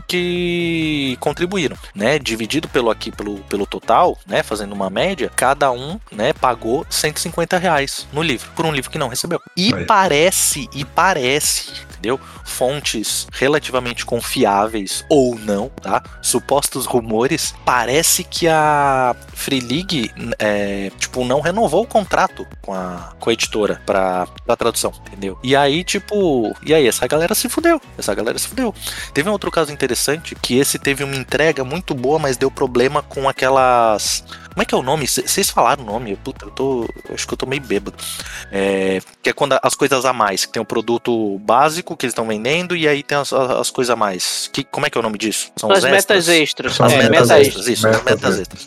que contribuíram, né? Dividido pelo aqui pelo, pelo total, né? Fazendo uma média, cada um, né, pagou cento e cinquenta reais no livro, por um livro que não recebeu. E Aí. parece, e parece, entendeu? Fontes relativamente confiáveis ou não, tá? Supostos rumores, parece que a Free League é, tipo, não renovou o contrato com a, com a editora pra, pra tradução, entendeu? E aí, tipo, e aí, essa galera se fudeu, essa galera se fudeu. Teve um outro caso interessante, que esse teve uma entrega muito boa, mas deu problema com aquelas... Como é que é o nome? Vocês falaram o nome? Puta, eu tô. Acho que eu tô meio bêbado. É, que é quando as coisas a mais, que tem o produto básico que eles estão vendendo e aí tem as, as coisas a mais. Que, como é que é o nome disso? São os metas extras. As é, metas metas extras, isso, metas, metas extras.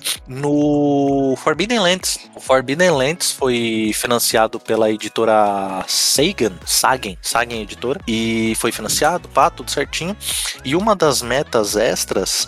No Forbidden Lands. O Forbidden Lands foi financiado pela editora Sagan, Sagen, Sagen Editora, e foi financiado, pá, tudo certinho. E uma das metas extras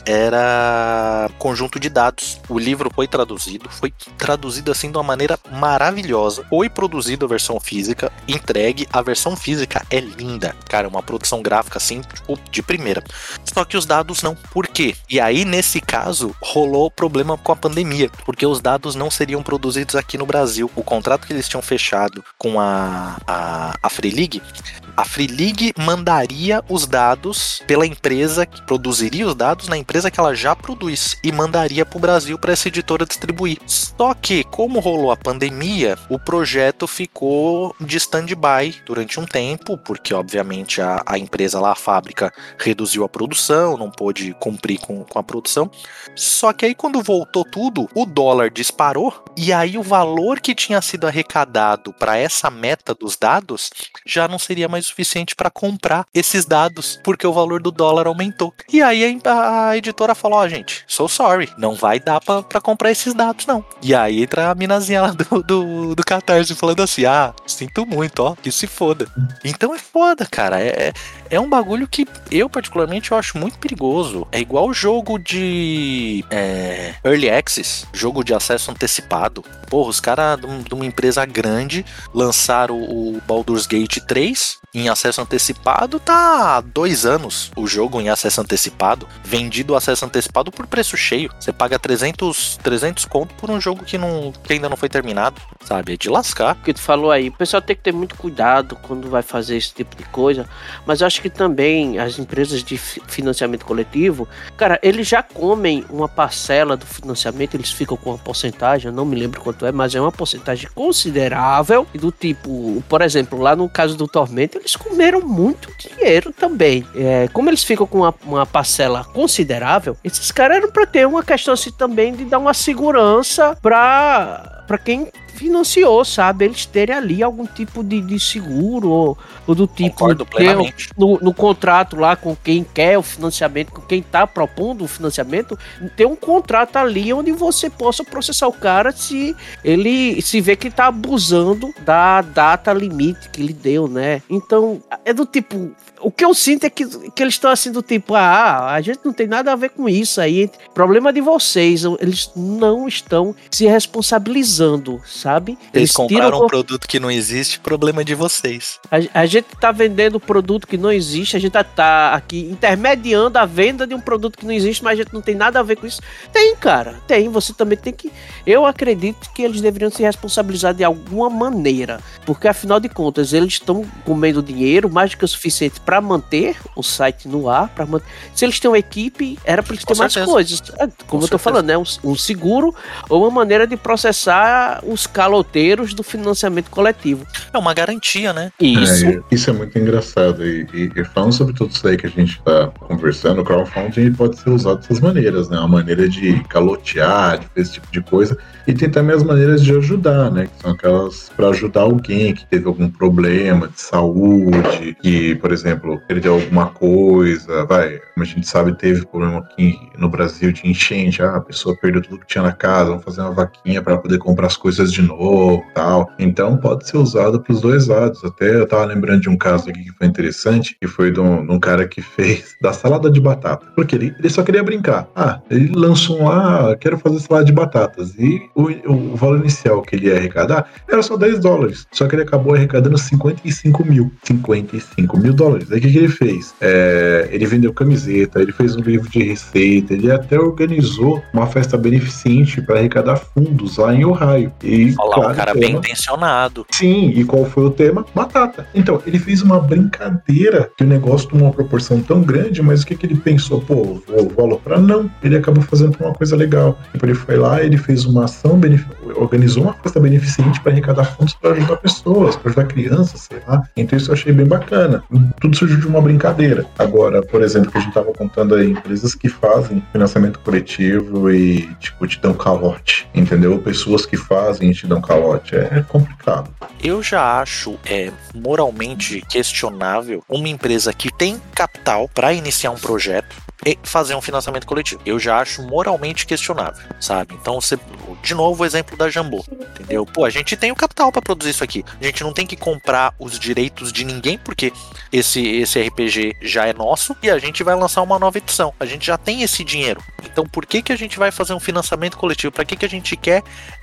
era conjunto de dados. O livro foi traduzido Traduzido, foi traduzido assim de uma maneira maravilhosa. Foi produzido a versão física, entregue. A versão física é linda, cara, uma produção gráfica assim, tipo, de primeira. Só que os dados não. Por quê? E aí, nesse caso, rolou problema com a pandemia, porque os dados não seriam produzidos aqui no Brasil. O contrato que eles tinham fechado com a, a, a Free League, a Free League mandaria os dados pela empresa que produziria os dados na empresa que ela já produz e mandaria para o Brasil para essa editora distribuir. Só que, como rolou a pandemia, o projeto ficou de stand-by durante um tempo, porque obviamente a, a empresa lá, a fábrica, reduziu a produção, não pôde cumprir com, com a produção. Só que aí quando voltou tudo, o dólar disparou e aí o valor que tinha sido arrecadado para essa meta dos dados já não seria mais suficiente para comprar esses dados, porque o valor do dólar aumentou. E aí a, a editora falou, ó, oh, gente, so sorry, não vai dar para comprar esses dados, não. E aí entra a minazinha lá do, do, do Catarse falando assim, ah, sinto muito, ó, que se foda. Então é foda, cara, é, é um bagulho que eu particularmente eu acho muito perigoso. É igual jogo de é, Early Access, jogo de acesso antecipado. Porra, os caras de uma empresa grande lançaram o Baldur's Gate três em acesso antecipado, tá há dois anos o jogo em acesso antecipado, vendido acesso antecipado por preço cheio. Você paga trezentos conto por um jogo que, não, que ainda não foi terminado, sabe? É de lascar. O que tu falou aí, o pessoal tem que ter muito cuidado quando vai fazer esse tipo de coisa, mas eu acho que também as empresas de financiamento coletivo, cara, eles já comem uma parcela do financiamento, eles ficam com uma porcentagem, eu não me lembro quanto é, mas é uma porcentagem considerável, do tipo, por exemplo, lá no caso do Tormento, eles comeram muito dinheiro também. É, como eles ficam com uma, uma parcela considerável, esses caras eram para ter uma questão assim também de dar uma segurança para para quem financiou, sabe? Eles terem ali algum tipo de, de seguro ou, ou do tipo Concordo plenamente. no, no contrato lá com quem quer o financiamento, com quem tá propondo o financiamento, ter um contrato ali onde você possa processar o cara se ele se vê que tá abusando da data limite que ele deu, né? Então, é do tipo... O que eu sinto é que, que eles estão assim do tipo, ah, a gente não tem nada a ver com isso aí, problema de vocês, eles não estão se responsabilizando, sabe? Eles, eles compraram tiram... um produto que não existe, problema de vocês. A, a gente tá vendendo produto que não existe, a gente tá, tá aqui intermediando a venda de um produto que não existe, mas a gente não tem nada a ver com isso. Tem, cara, tem, você também tem que... Eu acredito que eles deveriam se responsabilizar de alguma maneira, porque afinal de contas, eles estão comendo dinheiro mais do que o suficiente para manter o site no ar, para manter... se eles têm uma equipe, era para eles terem mais coisas. Como eu tô falando, né? Um, um seguro ou uma maneira de processar os caloteiros do financiamento coletivo. É uma garantia, né? Isso. É, isso é muito engraçado. E, e, e falando sobre tudo isso aí que a gente tá conversando, o crowdfunding pode ser usado dessas maneiras, né? Uma maneira de calotear, de fazer esse tipo de coisa. E tem também as maneiras de ajudar, né? Que são aquelas para ajudar alguém que teve algum problema de saúde, que, por exemplo, perdeu alguma coisa, vai, como a gente sabe, teve problema aqui no Brasil de enchente, ah, a pessoa perdeu tudo que tinha na casa, vamos fazer uma vaquinha para poder comprar as coisas de novo, tal. Então pode ser usado para os dois lados. Até eu tava lembrando de um caso aqui que foi interessante, que foi de um, de um cara que fez da salada de batata, porque ele, ele só queria brincar. Ah, ele lançou um, ah, quero fazer salada de batatas, e o, o, o valor inicial que ele ia arrecadar era só dez dólares, só que ele acabou arrecadando cinquenta e cinco mil dólares. Aí o que, que ele fez? É, ele vendeu camiseta, ele fez um livro de receita, ele até organizou uma festa beneficente para arrecadar fundos lá em Ohio. E, Olha lá, claro, um cara tema, bem intencionado. Sim, e qual foi o tema? Batata. Então, ele fez uma brincadeira que o negócio tomou uma proporção tão grande, mas o que, que ele pensou? Pô, vou, vou aloprar? Não. Ele acabou fazendo uma coisa legal. Tipo, ele foi lá, ele fez uma ação, organizou uma festa beneficente para arrecadar fundos para ajudar pessoas, para ajudar crianças, sei lá. Então isso eu achei bem bacana. Tudo surgiu de uma brincadeira. Agora, por exemplo, que a gente estava contando aí, empresas que fazem financiamento coletivo e, tipo, te dão calote, entendeu? Pessoas que fazem e te dão calote. É complicado. Eu já acho é, moralmente questionável uma empresa que tem capital para iniciar um projeto e fazer um financiamento coletivo. Eu já acho moralmente questionável, sabe? Então, você, de novo, o exemplo da Jambô, entendeu? Pô, a gente tem o capital para produzir isso aqui. A gente não tem que comprar os direitos de ninguém, porque esse, esse R P G já é nosso e a gente vai lançar uma nova edição. A gente já tem esse dinheiro. Então, por que que a gente vai fazer um financiamento coletivo? Para que que a gente quer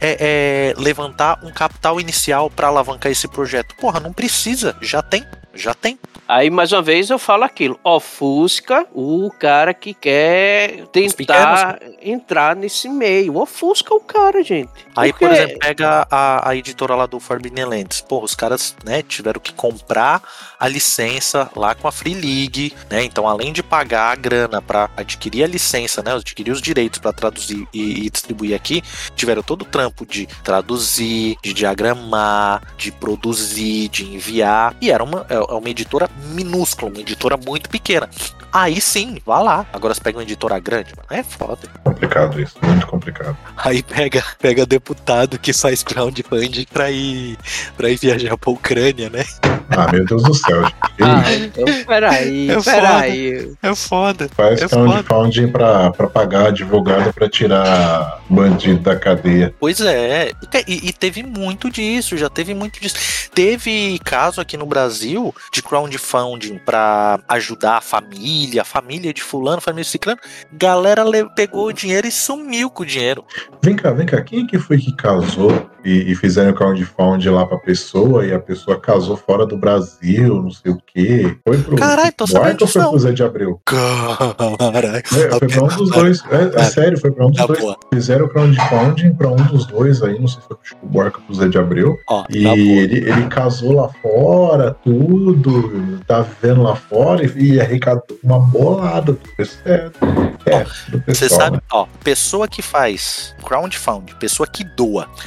é, é, levantar um capital inicial para alavancar esse projeto? Porra, não precisa. Já tem. Já tem. Aí, mais uma vez, eu falo aquilo. Ofusca o cara que quer tentar entrar nesse meio. Ofusca o cara, gente. Aí, Porque... por exemplo, pega a, a editora lá do Forbidden Lands. Pô, os caras, né, tiveram que comprar a licença lá com a Free League, né? Então, além de pagar a grana para adquirir a licença, né, adquirir os direitos para traduzir e, e distribuir aqui, tiveram todo o trampo de traduzir, de diagramar, de produzir, de enviar. E era uma, é uma editora minúscula, uma editora muito pequena. Aí sim, vá lá. Agora você pega uma editora grande, mano, é foda. Complicado isso, muito complicado. Aí pega, pega deputado que faz crowdfunding pra ir, pra ir viajar pra Ucrânia, né? Ah, meu Deus do céu, gente. Ah, então peraí, É peraí. É foda. Faz é crowdfunding pra, pra pagar advogado pra tirar bandido da cadeia. Pois é, e, e teve muito disso, já teve muito disso. Teve caso aqui no Brasil de crowdfunding pra ajudar a família, a família de fulano, a família de ciclano. Galera pegou o dinheiro e sumiu com o dinheiro. Vem cá, vem cá, quem é que foi que casou e, e fizeram crowdfunding lá pra pessoa e a pessoa casou fora do Brasil, não sei o quê? Foi pro Caralho, tô sabendo ou foi disso. pro Zé de Abreu? Caralho. É, foi pra um dos dois. É, é sério, foi pra um dos Tá dois. boa. Fizeram crowdfunding pra um dos dois aí, não sei se foi pro Chico Buarque ou pro Zé de Abreu. Ó, E tá ele, ele casou lá fora, tudo, tá vivendo lá fora e, e arrecadou uma bolada do pessoal. É, do pessoal, Você sabe, né? ó, pessoa que faz crowdfunding, pessoa que doa pra casar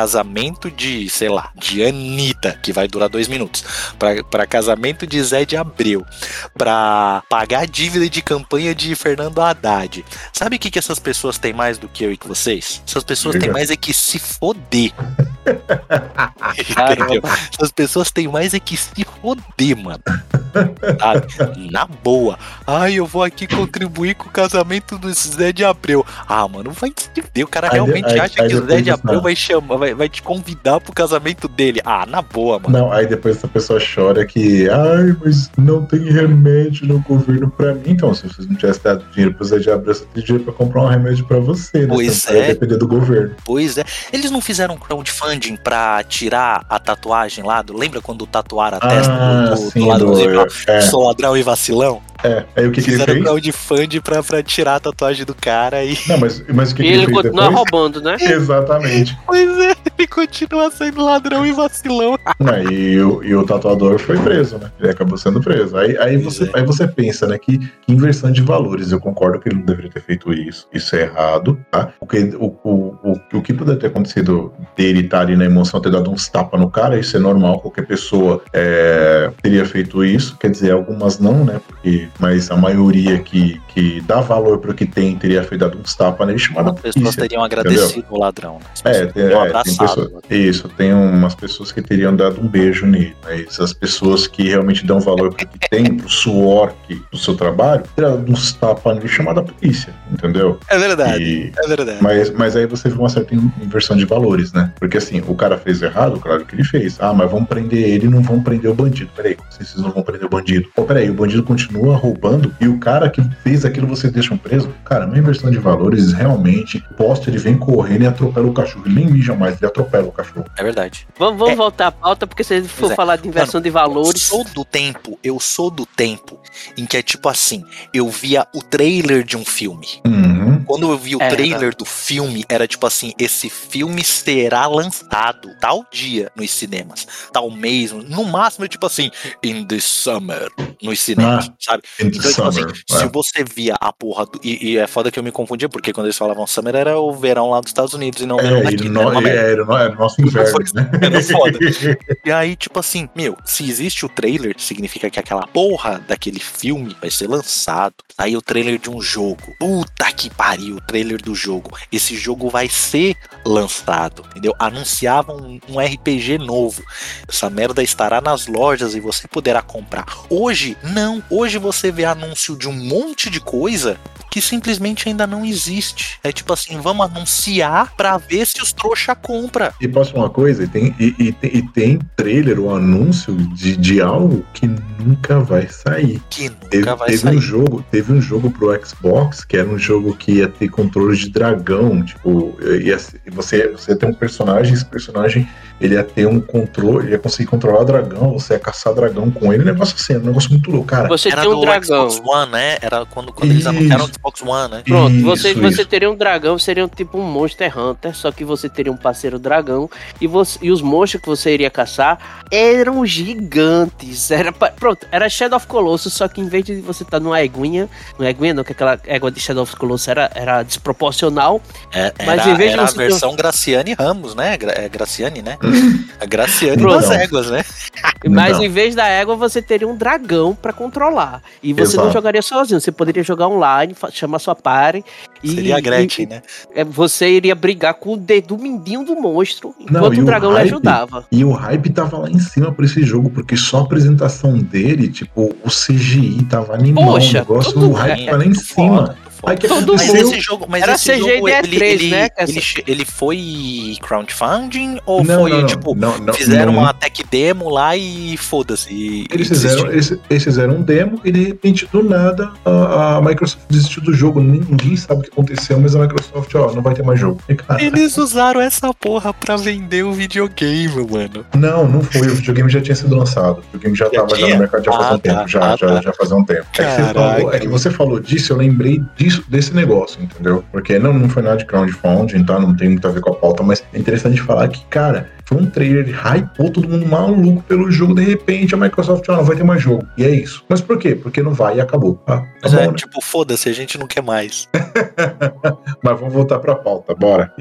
casamento de, sei lá, de Anitta, que vai durar dois minutos, pra, pra casamento de Zé de Abreu, pra pagar a dívida de campanha de Fernando Haddad. Sabe o que, que essas pessoas têm mais do que eu e que vocês? Essas pessoas têm mais é que se foder. Entendeu? Essas pessoas têm mais é que se foder, mano. Sabe? Na boa. Ai, eu vou aqui contribuir com o casamento do Zé de Abreu. Ah, mano, vai te fuder. O cara Aí, realmente aí, acha aí que o Zé de Abreu não. vai chamar, vai, vai te convidar pro casamento dele. Ah, na boa, mano. Não, aí depois essa pessoa chora que, ai, mas não tem remédio no governo pra mim. Então, se você não tivesse dado dinheiro pro Zé de Abreu, você teria dinheiro pra comprar um remédio pra você, né? Pois Você não é. vai depender do governo. Pois é. Eles não fizeram um crowdfunding pra tirar a tatuagem lá do... Lembra quando tatuaram a testa Ah, do, do, sim, do lado do- do... é. Sou ladrão e vacilão? É, aí o que, que ele Fizeram fez? crowdfunding pra, pra tirar a tatuagem do cara e... Não, mas, mas o que, E que ele ele fez continua depois? roubando, né? Exatamente. Pois é, ele continua sendo ladrão e vacilão. Não, e, o, e o tatuador foi preso, né? Ele acabou sendo preso. Aí, aí, Pois você, é. aí você pensa, né, que, que inversão de valores. Eu concordo que ele não deveria ter feito isso. Isso é errado, tá? O que, o, o, o, o que poderia ter acontecido dele estar ali na emoção, ter dado uns tapas no cara, isso é normal. Qualquer pessoa é, teria feito isso. Quer dizer, algumas não, né? Porque, mas a maioria que, que dá valor pro que tem teria feito dado uns tapas nele, chamada As pessoas polícia. teriam agradecido o ladrão. Né? As É, pessoas tem, teriam é, tem abraçado. pessoas, isso, tem umas pessoas que teriam dado um beijo nele, mas as pessoas que realmente dão valor pro que tem, pro suor que, do seu trabalho, teriam dado uns tapas nele chamada polícia, entendeu? É verdade, E- é verdade. Mas, mas aí você vê uma certa inversão de valores, né? Porque assim, o cara fez errado, claro que ele fez. Ah, mas vamos prender ele e não vão prender o bandido. Peraí, como assim vocês não vão prender o bandido? Pô, peraí, o bandido continua roubando e o cara que fez aquilo vocês deixam preso? Cara, uma inversão de valores, realmente, o poste ele vem correndo e atropela o cachorro. Ele nem mija mais, ele atropela o cachorro. É verdade. Vamos, vamos É. voltar à pauta, porque se a gente for Pois é. falar de inversão de Eu valores. sou do tempo, eu sou do tempo em que é tipo assim, eu via o trailer de um filme. Uhum. Quando eu vi o É, trailer do filme, era tipo assim, esse filme será lançado tal dia nos cinemas, tal mês, no máximo, tipo assim, in the summer, nos cinemas, Ah, sabe? In the Então, tipo assim, summer, se é. você via a porra do... E, e é foda que eu me confundia, porque quando eles falavam summer era o verão lá dos Estados Unidos e não o verão É, daqui, e né? Era no, uma merda. é, era, no- era o nosso inverno, né? Era foda. E aí, tipo assim, meu, se existe o trailer, significa que aquela porra daquele filme vai ser lançado. Aí o trailer de um jogo. Puta que pariu, o trailer do jogo. Esse jogo vai ser lançado, entendeu? Anunciavam um, um R P G novo. Essa merda estará nas lojas e você poderá comprar. Hoje, não. Hoje você vê anúncio de um monte de coisa que simplesmente ainda não existe. É tipo assim, vamos anunciar pra ver se os trouxa compra. E posso falar uma coisa? E tem, e, e tem, e tem trailer ou anúncio de, de algo que nunca vai sair. Que nunca Teve, vai teve sair. um jogo, teve um jogo pro Xbox que era um jogo que ia ter controle de dragão, tipo, ia, você, você ia ter um personagem, esse personagem ele ia ter um controle, ele ia conseguir controlar dragão, você ia caçar dragão com ele, um negócio assim, um negócio muito louco, cara. Você Era tem um do dragão. Xbox One, né? Era quando, quando eles Isso. anunciaram o Xbox One, né? Pronto, Isso, você, você isso. teria um dragão, seria um tipo um Monster Hunter, só que você teria um parceiro dragão e, você, e os monstros que você iria caçar eram gigantes. Era, pa- pronto, era Shadow of Colossus, só que em vez de você estar numa eguinha, não é eguinha não, que aquela égua de Shadow of Colossus era, era desproporcional. É, Mas era, em vez de era a você ter um- versão Graciane Ramos, né? Gra- É Graciane, né? A Graciane Pronto. das éguas, né? Mas Não. em vez da égua, você teria um dragão pra controlar. E você não Exato. jogaria sozinho, você poderia jogar online, fa- chamar sua party. E, Seria a Gretchen, e- né? é, você iria brigar com o dedo mindinho do monstro, Não, enquanto e o o dragão lhe hype- ajudava. E o hype tava lá em cima pra esse jogo, porque só a apresentação dele, tipo, o C G I tava animal, Poxa, o negócio, tudo o hype bem, tá lá em Muito cima. foda, muito foda. Aí que Todo Mas aconteceu? esse jogo, mas Era esse C G I jogo, D E ele, três, ele, né? ele, ele foi crowdfunding ou Não, foi, não, não, tipo, não, não, fizeram não. uma tech demo lá e foda-se. e- Eles e fizeram, desistiram? eles, eles fizeram um demo e de repente, do nada, a, a Microsoft desistiu do jogo. Ninguém sabe o que aconteceu, mas a Microsoft, ó, não vai ter mais jogo. E, cara, Eles usaram essa porra pra vender o videogame, mano. não, não foi. O videogame já tinha sido lançado. O videogame já Já tava já tinha? no mercado já faz Ah, um tempo. tá, Já, ah, já, tá. já faz um tempo. É que, você Caraca. falou, é que você falou disso, eu lembrei disso, desse negócio, entendeu? Porque não, não foi nada de crowdfunding, tá? Não tem muito a ver com a pauta, mas é interessante falar que, cara, foi Foi um trailer, hypou todo mundo maluco pelo jogo, de repente a Microsoft, ah, não vai ter mais jogo. E é isso. Mas por quê? Porque não vai e acabou. Ah, tá Mas bom, é, né? tipo, foda-se, a gente não quer mais. Mas vamos voltar pra pauta, bora.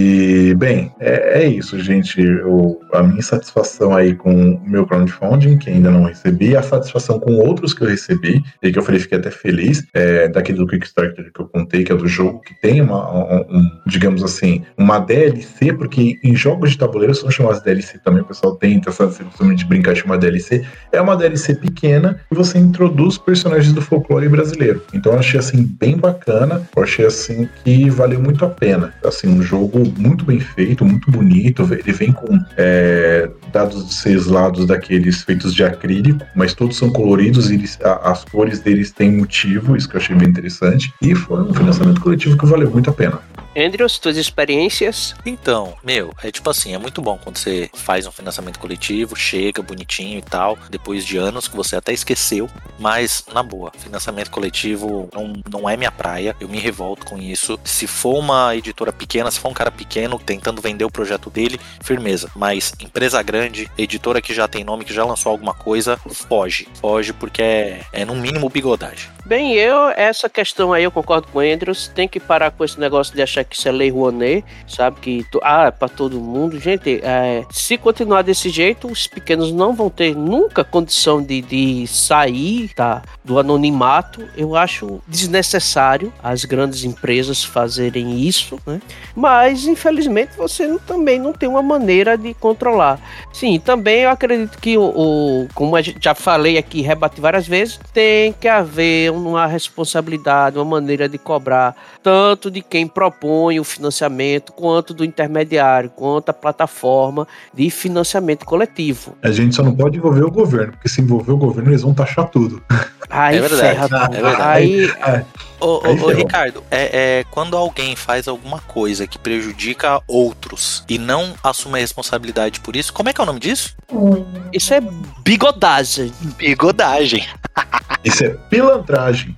E, bem, é, é isso, gente. Eu, a minha satisfação aí com o meu crowdfunding, que ainda não recebi, a satisfação com outros que eu recebi, e que eu falei, fiquei até feliz, é, daquele do Kickstarter que eu contei, que é do jogo, que tem uma, um, um, digamos assim, uma D L C, porque em jogos de tabuleiro são chamados D L C também, o pessoal tem essa costume de brincar de uma D L C. É uma D L C pequena e você introduz personagens do folclore brasileiro. Então eu achei assim bem bacana, eu achei assim que valeu muito a pena. Assim, um jogo muito bem feito, muito bonito, ele vem com é, dados de seis lados daqueles feitos de acrílico, mas todos são coloridos e eles, a, as cores deles têm motivo, isso que eu achei bem interessante, e foi um financiamento coletivo que valeu muito a pena. Andrews, tuas experiências? Então, meu, é tipo assim, é muito bom quando você faz um financiamento coletivo, chega bonitinho e tal, depois de anos que você até esqueceu, mas, na boa, financiamento coletivo não, não é minha praia, eu me revolto com isso. Se for uma editora pequena, se for um cara pequeno tentando vender o projeto dele, firmeza, mas empresa grande, editora que já tem nome, que já lançou alguma coisa, foge, foge porque é, é no mínimo bigodagem. Bem, eu, essa questão aí eu concordo com o Andrews, tem que parar com esse negócio de achar que isso é lei Rouanet, sabe, que, ah, é pra todo mundo, gente, é, se continuar desse jeito, os pequenos não vão ter nunca condição de, de sair, tá, do anonimato. Eu acho desnecessário as grandes empresas fazerem isso, né, mas, infelizmente, você não, também não tem uma maneira de controlar. Sim, também eu acredito que, o, o como a gente já falei aqui, rebati várias vezes, tem que haver uma responsabilidade, uma maneira de cobrar, tanto de quem propõe o financiamento, quanto do intermediário, quanto a plataforma de financiamento coletivo. A gente só não pode envolver o governo, porque se envolver o governo, eles vão taxar tudo. Aí é verdade, ferra, é verdade. Aí, é. Ô, Aí ô, ô Ricardo, é, é quando alguém faz alguma coisa que prejudica outros e não assume a responsabilidade por isso, como é que é o nome disso? Isso é bigodagem. Bigodagem. Isso é pilantragem.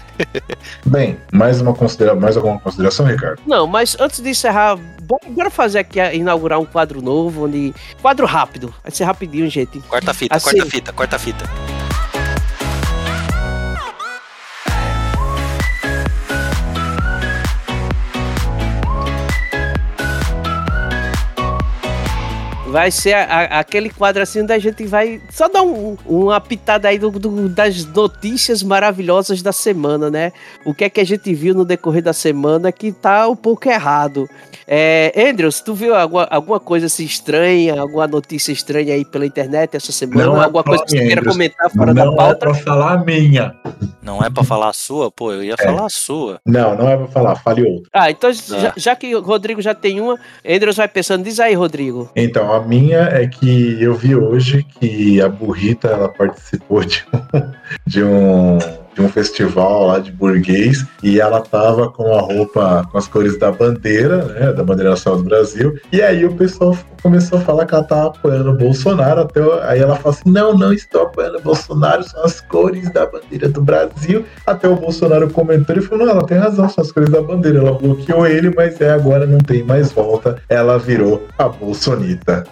Bem, mais, uma considera- mais alguma consideração, Ricardo? Não, mas antes de encerrar, bora fazer aqui, inaugurar um quadro novo, onde... Quadro rápido, vai ser rapidinho, gente. Quarta fita, assim, quarta fita, quarta fita. Vai ser a, a, aquele quadro assim onde a gente vai só dar um, uma pitada aí do, do, das notícias maravilhosas da semana, né? O que é que a gente viu no decorrer da semana que tá um pouco errado. É, Andrews, tu viu alguma, alguma coisa assim estranha, alguma notícia estranha aí pela internet essa semana? Não é alguma coisa que você minha, queira Andrews. comentar fora não da pauta? Não é pra falar a minha. Não é pra falar a sua? Pô, eu ia É. falar a sua. Não, não é pra falar, fale outra. Ah, então já, já que o Rodrigo já tem uma, Andrews vai pensando, diz aí, Rodrigo. Então, a minha é que eu vi hoje que a Burrita, ela participou de um, de um, de um festival lá de burguês e ela tava com a roupa com as cores da bandeira, né, da bandeira nacional do Brasil, e aí o pessoal começou a falar que ela tava apoiando o Bolsonaro, até aí ela falou assim, não, não estou apoiando o Bolsonaro, são as cores da bandeira do Brasil. Até o Bolsonaro comentou e falou, não, ela tem razão, são as cores da bandeira, ela bloqueou ele, mas é agora não tem mais volta, ela virou a Bolsonita.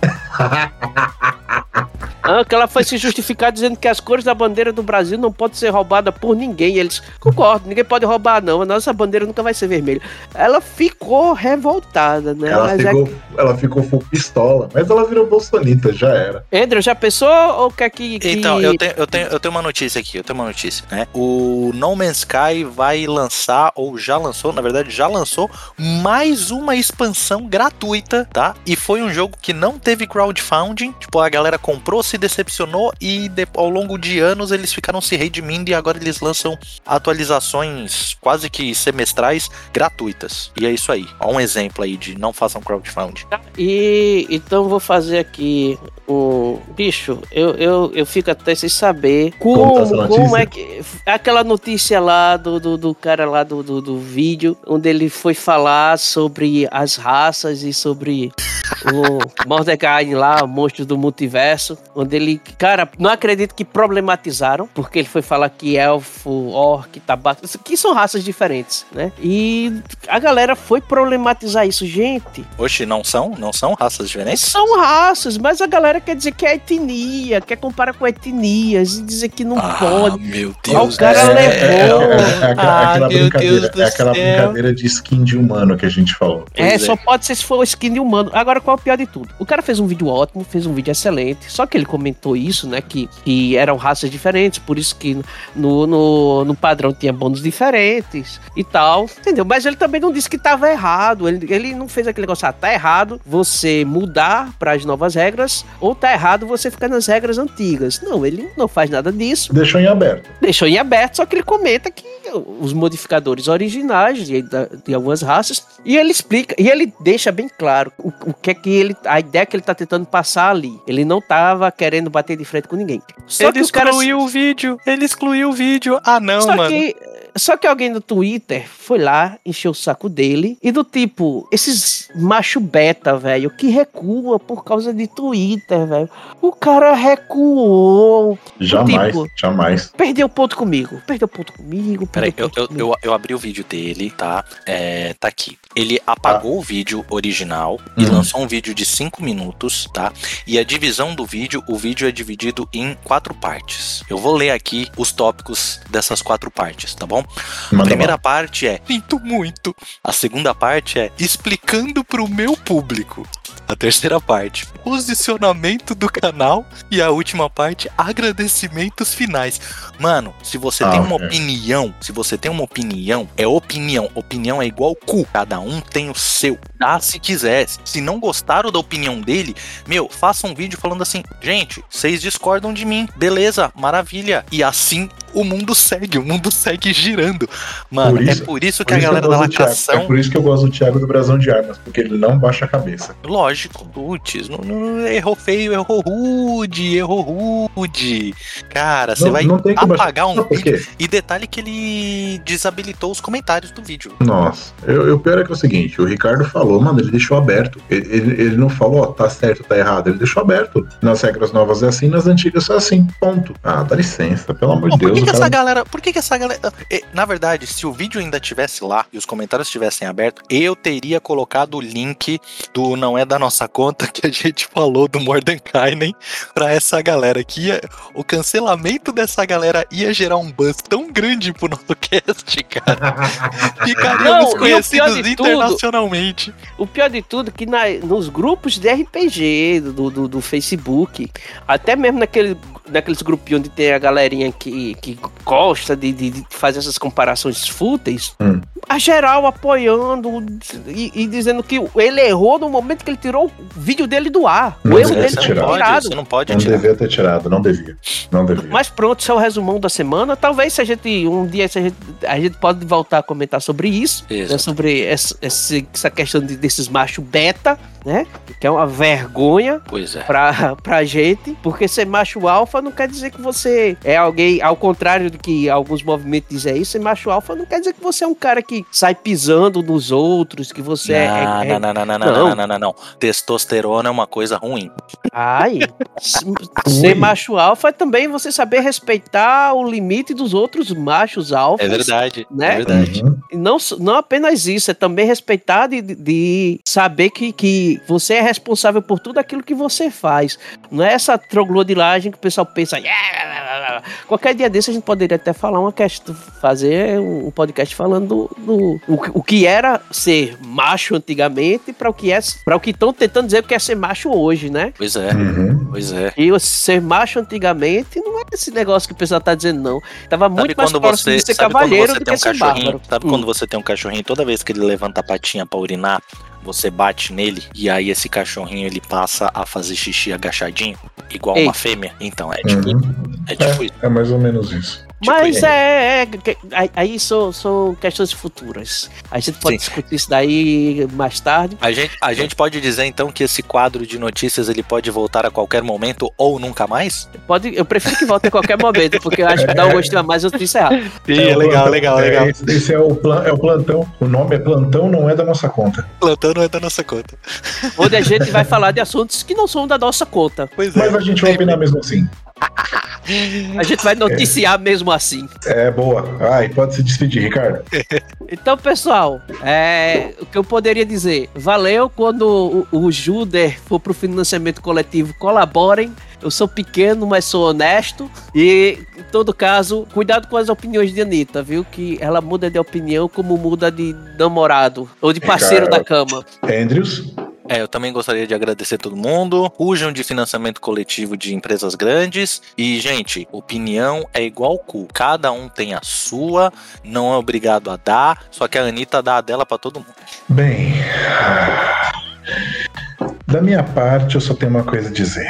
Ah, que ela foi se justificar dizendo que as cores da bandeira do Brasil não podem ser roubadas por ninguém. Eles concordam, ninguém pode roubar, não. A nossa bandeira nunca vai ser vermelha. Ela ficou revoltada, né? Ela, mas ficou, é... ela ficou full pistola, mas ela virou bolsonita, já era. Andrew, já pensou ou quer que... que... Então, eu tenho, eu, tenho, eu tenho uma notícia aqui, eu tenho uma notícia, né? O No Man's Sky vai lançar, ou já lançou, na verdade já lançou, mais uma expansão gratuita, tá? E foi um jogo que não teve crowdfunding, tipo, a galera comprou, se decepcionou e de, ao longo de anos eles ficaram se redimindo e agora eles lançam atualizações quase que semestrais gratuitas. E é isso aí. Ó, um exemplo aí de não façam crowdfunding. E então vou fazer aqui um... Bicho, eu, eu, eu fico até sem saber como, como, como é que... Aquela notícia lá do, do, do cara lá do, do, do vídeo, onde ele foi falar sobre as raças e sobre o Mordecai lá, o monstro do multiverso, onde ele, cara, não acredito que problematizaram, porque ele foi falar que elfo, orc, tabaco, que são raças diferentes, né? E a galera foi problematizar isso, gente. Oxe, não são? Não são raças diferentes? São raças, mas a galera quer dizer que é etnia, quer comparar com etnias e dizer que não ah, pode. Meu Deus. Ah, o cara é, levou. É, é, é, é, aquela, ah, aquela meu brincadeira, Deus do é aquela céu. brincadeira de skin de humano que a gente falou. É, é, só pode ser se for skin de humano. Agora, qual é o pior de tudo? O cara fez um vídeo ótimo, fez um vídeo excelente, só que ele comentou isso, né, que, que eram raças diferentes, por isso que no, no, no padrão tinha bônus diferentes e tal, entendeu? Mas ele também não disse que tava errado, ele, ele não fez aquele negócio, ah, tá errado você mudar para as novas regras, ou tá errado você ficar nas regras antigas. Não, ele não faz nada disso. Deixou em aberto. Deixou em aberto, só que ele comenta que os modificadores originais de, de algumas raças, e ele explica, e ele deixa bem claro o, o que é que ele, a ideia que ele tá tentando passar ali. Ele não tava querendo bater de frente com ninguém. Só ele que o cara excluiu o vídeo, ele excluiu o vídeo. Ah, não, só mano. Que, só que alguém no Twitter foi lá, encheu o saco dele, e do tipo, esses macho beta, velho, que recua por causa de Twitter, velho. O cara recuou. Jamais, tipo, jamais. Perdeu ponto comigo, perdeu ponto comigo. Peraí, perdeu eu, ponto eu, comigo. eu, eu abri o vídeo dele, tá? É, tá aqui. Ele apagou ah. o vídeo original e uhum. lançou um vídeo de cinco minutos, tá? E a divisão do vídeo, o vídeo é dividido em quatro partes. Eu vou ler aqui os tópicos dessas quatro partes, tá bom? Manda a primeira lá. parte é sinto muito. A segunda parte é explicando pro meu público. A terceira parte, posicionamento do canal. E a última parte, agradecimentos finais. Mano, se você ah, tem uma é. opinião, se você tem uma opinião, é opinião. Opinião é igual cu. Cada um tem o seu. Dá se quiser. Se não gostaram da opinião dele, meu, faça um vídeo falando assim, gente, vocês discordam de mim. Beleza, maravilha. E assim o mundo segue, o mundo segue girando. Mano, por isso, é por isso que por a isso galera que da lacração... É por isso que eu gosto do Thiago do Brasão de Armas, porque ele não baixa a cabeça. Lógico, putz, não, não, errou feio, errou rude, errou rude. Cara, você vai não tem que apagar baixar. um vídeo. E detalhe que ele desabilitou os comentários do vídeo. Nossa, eu, eu pior é que é o seguinte, o Ricardo falou, mano, ele deixou aberto. Ele, ele, ele não falou, ó, tá certo, tá errado. Ele deixou aberto. Nas regras novas é assim, nas antigas é assim. Ponto. Ah, dá licença, pelo amor de Deus. Por que, que cara... essa galera... Por que que essa galera... Na verdade, se o vídeo ainda tivesse lá e os comentários estivessem abertos, eu teria colocado o link do Não É Da Nossa Conta que a gente falou do Mordenkainen pra essa galera que ia... O cancelamento dessa galera ia gerar um buzz tão grande pro nosso cast, cara. Ficaríamos conhecidos internacionalmente. Tudo, o pior de tudo é que na, nos grupos de R P G do, do, do Facebook, até mesmo naquele, naqueles grupinhos onde tem a galerinha que, que gosta de, de, de fazer essas comparações fúteis, hum. a geral apoiando e, e dizendo que ele errou no momento que ele tirou o vídeo dele do ar. Não o erro dele foi tirado. Você não pode não tirar. devia ter tirado, não devia. Não devia. Mas pronto, esse é o resumão da semana. Talvez se a gente, um dia se a, gente, a gente pode voltar a comentar sobre isso, né, sobre essa, essa questão de, desses machos beta, né? Que é uma vergonha pois é. pra, pra gente, porque ser macho alfa não quer dizer que você é alguém, ao contrário do que alguns movimentos dizem aí, ser macho alfa não quer dizer que você é um cara que sai pisando nos outros, que você não, é, é... Não, não, não, não, não, não, não, não, não. Testosterona é uma coisa ruim. Ai, ser macho alfa é também você saber respeitar o limite dos outros machos alfas. É verdade, né? é verdade. Uhum. E não, não apenas isso, é também respeitar de, de saber que, que você é responsável por tudo aquilo que você faz. Não é essa troglodilagem que o pessoal pensa. Yeah! Qualquer dia desse a gente poderia até falar uma questão, fazer um podcast falando do, do o, o que era ser macho antigamente para o que é, para o que estão tentando dizer que é ser macho hoje, né? Pois é, uhum. pois é. E ser macho antigamente não é esse negócio que o pessoal tá dizendo, não. Tava sabe muito mais próximo você, de ser sabe cavalheiro você do tem que um ser cachorrinho? bárbaro. Sabe hum. quando você tem um cachorrinho, toda vez que ele levanta a patinha pra urinar, você bate nele e aí esse cachorrinho ele passa a fazer xixi agachadinho, igual Ei. uma fêmea? Então, é tipo, uhum. é tipo é, isso. É mais ou menos isso. Mas tipo, é, é, é. Aí são, são questões futuras. A gente pode Sim. discutir isso daí mais tarde. A gente, a gente pode dizer então que esse quadro de notícias ele pode voltar a qualquer momento ou nunca mais? Pode, eu prefiro que volte a qualquer momento, porque eu acho que dá um gostinho a mais eu encerrar. Sim, é, é legal, legal, é, legal. Esse, esse é, o plan, é o plantão. O nome é plantão, não é da nossa conta. Plantão não é da nossa conta. Onde a gente vai falar de assuntos que não são da nossa conta. Pois é. Mas a gente vai opinar mesmo assim. A gente vai noticiar é. mesmo assim. É, boa. Ai, pode se despedir, Ricardo. Então, pessoal, é, o que eu poderia dizer? Valeu quando o, o Juder for pro financiamento coletivo, colaborem. Eu sou pequeno, mas sou honesto. E, em todo caso, cuidado com as opiniões de Anitta, viu? Que ela muda de opinião como muda de namorado ou de parceiro Ricardo. da cama. Andrews? É, eu também gostaria de agradecer a todo mundo. Fujam de financiamento coletivo de empresas grandes. E, gente, opinião é igual cu. Cada um tem a sua, não é obrigado a dar. Só que a Anitta dá a dela pra todo mundo. Bem, da minha parte, eu só tenho uma coisa a dizer.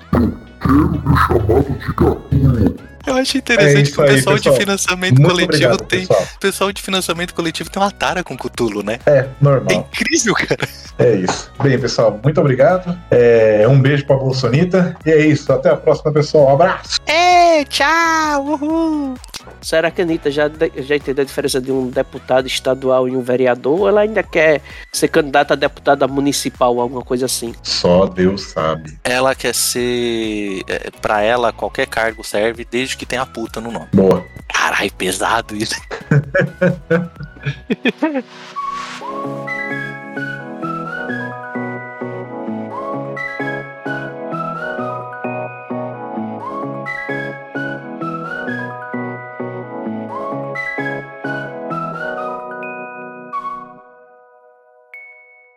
Eu acho interessante é que o pessoal, aí, pessoal de financiamento Muito coletivo obrigado, tem. Pessoal. O pessoal de financiamento coletivo tem uma tara com Cthulhu, né? É, normal. É incrível, cara. É isso. Bem, pessoal, muito obrigado. É, um beijo pra Bolsonita. E é isso. Até a próxima, pessoal. Um abraço. É, tchau. Uhul. Será que a Anitta já, já entendeu a diferença de um deputado estadual e um vereador? Ou ela ainda quer ser candidata a deputada municipal ou alguma coisa assim? Só Deus sabe. Ela quer ser... É, pra ela, qualquer cargo serve, desde que tenha puta no nome. Boa. Caralho, pesado isso.